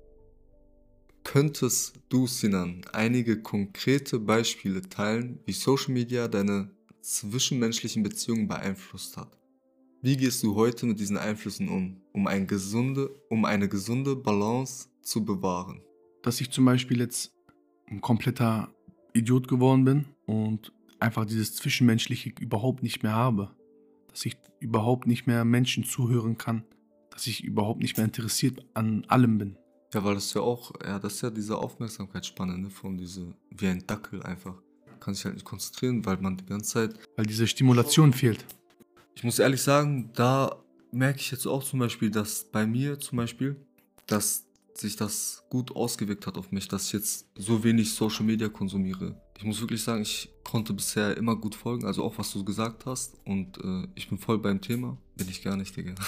Könntest du, Sinan, einige konkrete Beispiele teilen, wie Social Media deine zwischenmenschlichen Beziehungen beeinflusst hat? Wie gehst du heute mit diesen Einflüssen um, um, ein gesunde, um eine gesunde Balance zu bewahren? Dass ich zum Beispiel jetzt ein kompletter Idiot geworden bin und einfach dieses Zwischenmenschliche überhaupt nicht mehr habe. Dass ich überhaupt nicht mehr Menschen zuhören kann. Dass ich überhaupt nicht mehr interessiert an allem bin. Ja, weil das ja auch, ja, das ist ja diese Aufmerksamkeitsspanne, ne, von diese, wie ein Dackel einfach. Kann sich halt nicht konzentrieren, weil man die ganze Zeit. Weil diese Stimulation fehlt. Ich muss ehrlich sagen, da merke ich jetzt auch zum Beispiel, dass bei mir zum Beispiel, dass sich das gut ausgewirkt hat auf mich, dass ich jetzt so wenig Social Media konsumiere. Ich muss wirklich sagen, ich konnte bisher immer gut folgen, also auch was du gesagt hast. Und äh, ich bin voll beim Thema. Bin ich gar nicht, Digga.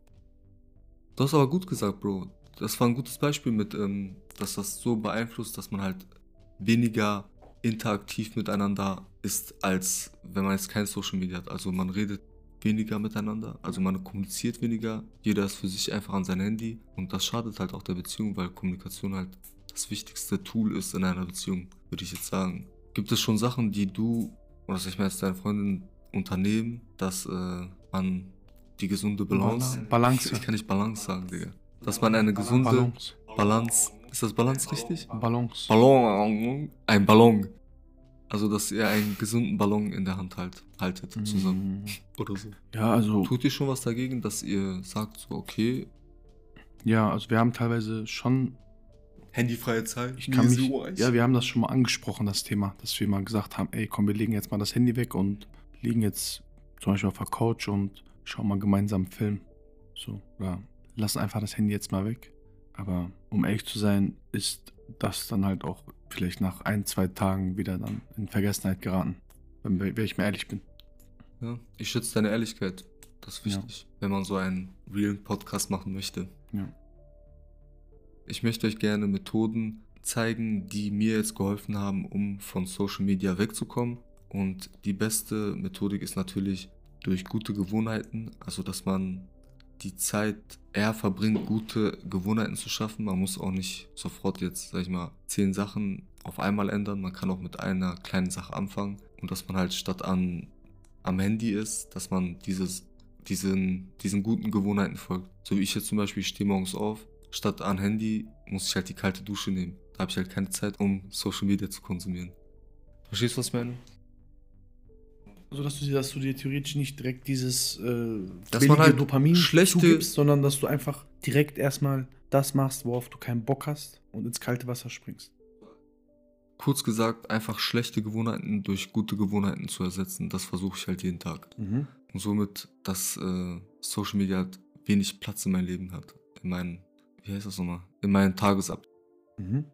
Du hast aber gut gesagt, Bro. Das war ein gutes Beispiel mit, ähm, dass das so beeinflusst, dass man halt weniger interaktiv miteinander ist, als wenn man jetzt kein Social Media hat. Also man redet weniger miteinander, also man kommuniziert weniger. Jeder ist für sich einfach an sein Handy. Und das schadet halt auch der Beziehung, weil Kommunikation halt das wichtigste Tool ist in einer Beziehung, würde ich jetzt sagen. Gibt es schon Sachen, die du, oder sag ich mal jetzt deine Freundin unternehmen, dass äh, man die gesunde Balance, Bala- Balance. ich kann nicht Balance sagen, Digga, dass man eine gesunde Balance. Balance, ist das Balance richtig? Balance. Ballon, ein Ballon. Also, dass ihr einen gesunden Ballon in der Hand halt, haltet zusammen Mm, oder so. Ja, also, Tut ihr schon was dagegen, dass ihr sagt so, okay, ja, also wir haben teilweise schon, handyfreie Zeit, ich kann mich, so ja, wir haben das schon mal angesprochen, das Thema, dass wir mal gesagt haben, ey, komm, wir legen jetzt mal das Handy weg und liegen jetzt zum Beispiel auf der Couch und schauen mal gemeinsam einen Film. So, oder lassen einfach das Handy jetzt mal weg. Aber um ehrlich zu sein, ist das dann halt auch vielleicht nach ein, zwei Tagen wieder dann in Vergessenheit geraten, wenn, wenn ich mir ehrlich bin. Ja, ich schätze deine Ehrlichkeit. Das ist Ja. wichtig, wenn man so einen realen Podcast machen möchte. Ja. Ich möchte euch gerne Methoden zeigen, die mir jetzt geholfen haben, um von Social Media wegzukommen. Und die beste Methodik ist natürlich durch gute Gewohnheiten, also dass man die Zeit eher verbringt, gute Gewohnheiten zu schaffen. Man muss auch nicht sofort jetzt, sag ich mal, zehn Sachen auf einmal ändern. Man kann auch mit einer kleinen Sache anfangen und dass man halt statt an, am Handy ist, dass man dieses, diesen, diesen guten Gewohnheiten folgt. So wie ich jetzt zum Beispiel, ich stehe morgens auf, statt an Handy muss ich halt die kalte Dusche nehmen. Da habe ich halt keine Zeit, um Social Media zu konsumieren. Verstehst du, was ich meine? Also, dass du, dir- dass du dir theoretisch nicht direkt dieses äh, Dass billige man halt Dopamin schlechte- zugibst, sondern dass du einfach direkt erstmal das machst, worauf du keinen Bock hast und ins kalte Wasser springst. Kurz gesagt, einfach schlechte Gewohnheiten durch gute Gewohnheiten zu ersetzen. Das versuche ich halt jeden Tag. Mhm. Und somit, dass äh, Social Media halt wenig Platz in meinem Leben hat. In meinen, wie heißt das nochmal? In meinen Tagesab. Mhm.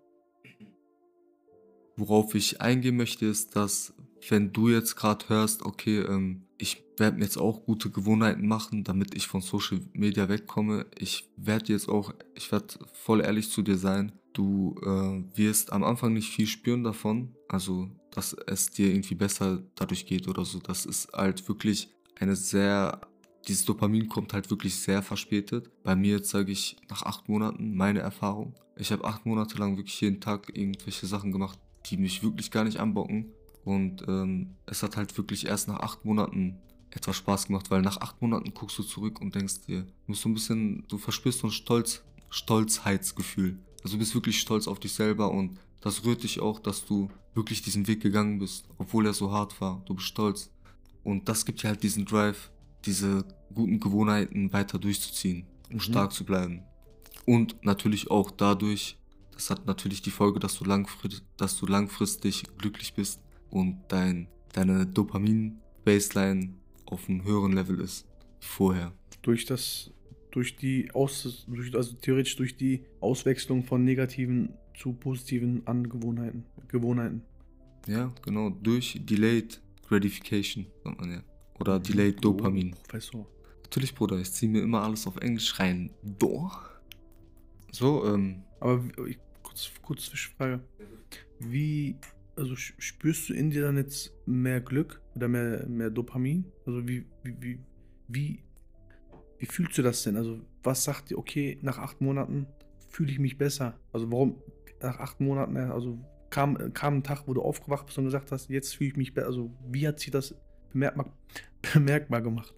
Worauf ich eingehen möchte, ist, dass wenn du jetzt gerade hörst, okay, ähm, ich werde mir jetzt auch gute Gewohnheiten machen, damit ich von Social Media wegkomme. Ich werde jetzt auch, ich werde voll ehrlich zu dir sein. Du äh, wirst am Anfang nicht viel spüren davon, also dass es dir irgendwie besser dadurch geht oder so. Das ist halt wirklich eine sehr, dieses Dopamin kommt halt wirklich sehr verspätet. Bei mir jetzt sage ich nach acht Monaten meine Erfahrung. Ich habe acht Monate lang wirklich jeden Tag irgendwelche Sachen gemacht, die mich wirklich gar nicht anbocken. Und ähm, es hat halt wirklich erst nach acht Monaten etwas Spaß gemacht, weil nach acht Monaten guckst du zurück und denkst dir, du bist so ein bisschen, du verspürst so ein Stolz, Stolzheitsgefühl. Also du bist wirklich stolz auf dich selber und das rührt dich auch, dass du wirklich diesen Weg gegangen bist, obwohl er so hart war. Du bist stolz. Und das gibt dir halt diesen Drive, diese guten Gewohnheiten weiter durchzuziehen, um Mhm. stark zu bleiben. Und natürlich auch dadurch, das hat natürlich die Folge, dass du, langfri- dass du langfristig glücklich bist und dein, deine Dopamin-Baseline auf einem höheren Level ist wie vorher. Durch das, durch die Aus, durch, also theoretisch durch die Auswechslung von negativen zu positiven Angewohnheiten, Gewohnheiten. Ja, genau, durch Delayed Gratification, sagt man ja. Oder Delayed Dopamin. Oh, Professor. Natürlich, Bruder, ich ziehe mir immer alles auf Englisch rein. Doch. So, ähm, Aber wie- ich, kurz, kurz Zwischenfrage. Wie, also sch- spürst du in dir dann jetzt mehr Glück oder mehr, mehr Dopamin? Also wie, wie, wie, wie, wie fühlst du das denn? Also was sagt dir, okay, nach acht Monaten fühle ich mich besser? Also warum nach acht Monaten, also kam, kam ein Tag, wo du aufgewacht bist und gesagt hast, jetzt fühle ich mich besser. Also wie hat sich das bemerkbar, bemerkbar gemacht?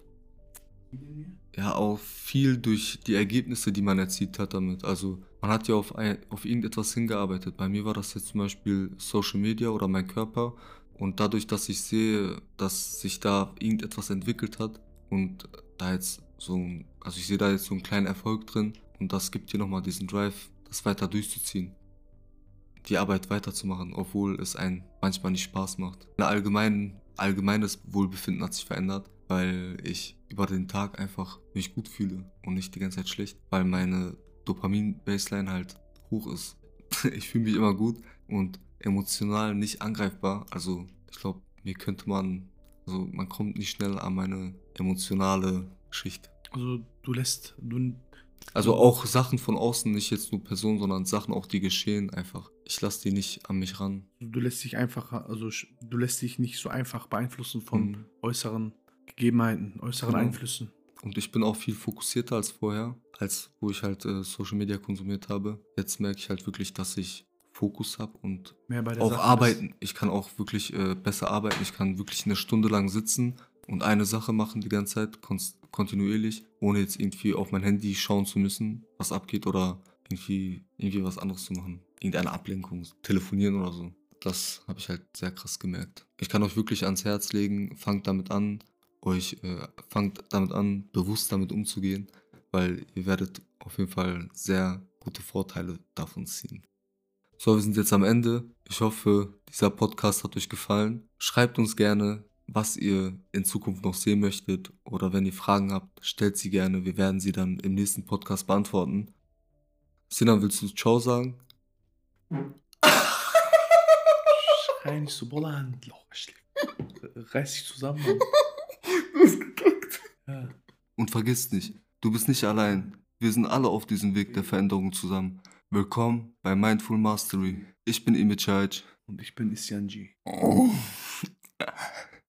ja, auch viel durch die Ergebnisse, die man erzielt hat damit. Also man hat ja auf, ein, auf irgendetwas hingearbeitet. Bei mir war das jetzt zum Beispiel Social Media oder mein Körper. Und dadurch, dass ich sehe, dass sich da irgendetwas entwickelt hat und da jetzt so ein, also ich sehe da jetzt so einen kleinen Erfolg drin und das gibt dir nochmal diesen Drive, das weiter durchzuziehen. Die Arbeit weiterzumachen, obwohl es einen manchmal nicht Spaß macht. Mein allgemein, allgemeines Wohlbefinden hat sich verändert, weil ich über den Tag einfach mich gut fühle und nicht die ganze Zeit schlecht, weil meine Dopamin-Baseline halt hoch ist. Ich fühle mich immer gut und emotional nicht angreifbar. Also ich glaube, mir könnte man, also man kommt nicht schnell an meine emotionale Schicht. Also du lässt, du, Also du, auch Sachen von außen, nicht jetzt nur Personen, sondern Sachen auch, die geschehen einfach. Ich lasse die nicht an mich ran. du lässt dich einfach, also sch- du lässt dich nicht so einfach beeinflussen von Mhm. äußeren Gegebenheiten, äußeren Genau. Einflüssen. Und ich bin auch viel fokussierter als vorher, als wo ich halt äh, Social Media konsumiert habe. Jetzt merke ich halt wirklich, dass ich Fokus habe und Mehr bei der auch Sache arbeiten. Ich kann auch wirklich äh, besser arbeiten. Ich kann wirklich eine Stunde lang sitzen und eine Sache machen die ganze Zeit, konst- kontinuierlich, ohne jetzt irgendwie auf mein Handy schauen zu müssen, was abgeht oder irgendwie, irgendwie was anderes zu machen. Irgendeine Ablenkung, telefonieren oder so. Das habe ich halt sehr krass gemerkt. Ich kann euch wirklich ans Herz legen, fangt damit an, euch äh, fangt damit an, bewusst damit umzugehen, weil ihr werdet auf jeden Fall sehr gute Vorteile davon ziehen. So, wir sind jetzt am Ende. Ich hoffe, dieser Podcast hat euch gefallen. Schreibt uns gerne, was ihr in Zukunft noch sehen möchtet oder wenn ihr Fragen habt, stellt sie gerne. Wir werden sie dann im nächsten Podcast beantworten. Sinan, willst du Ciao sagen? Schrei nicht so, Bollan. Reiß dich zusammen, Mann. Du hast gekackt. Ja. Und vergiss nicht, du bist nicht allein. Wir sind alle auf diesem Weg der Veränderung zusammen. Willkommen bei Mindful Mastery. Ich bin Image. Und ich bin Isyanji. Oh.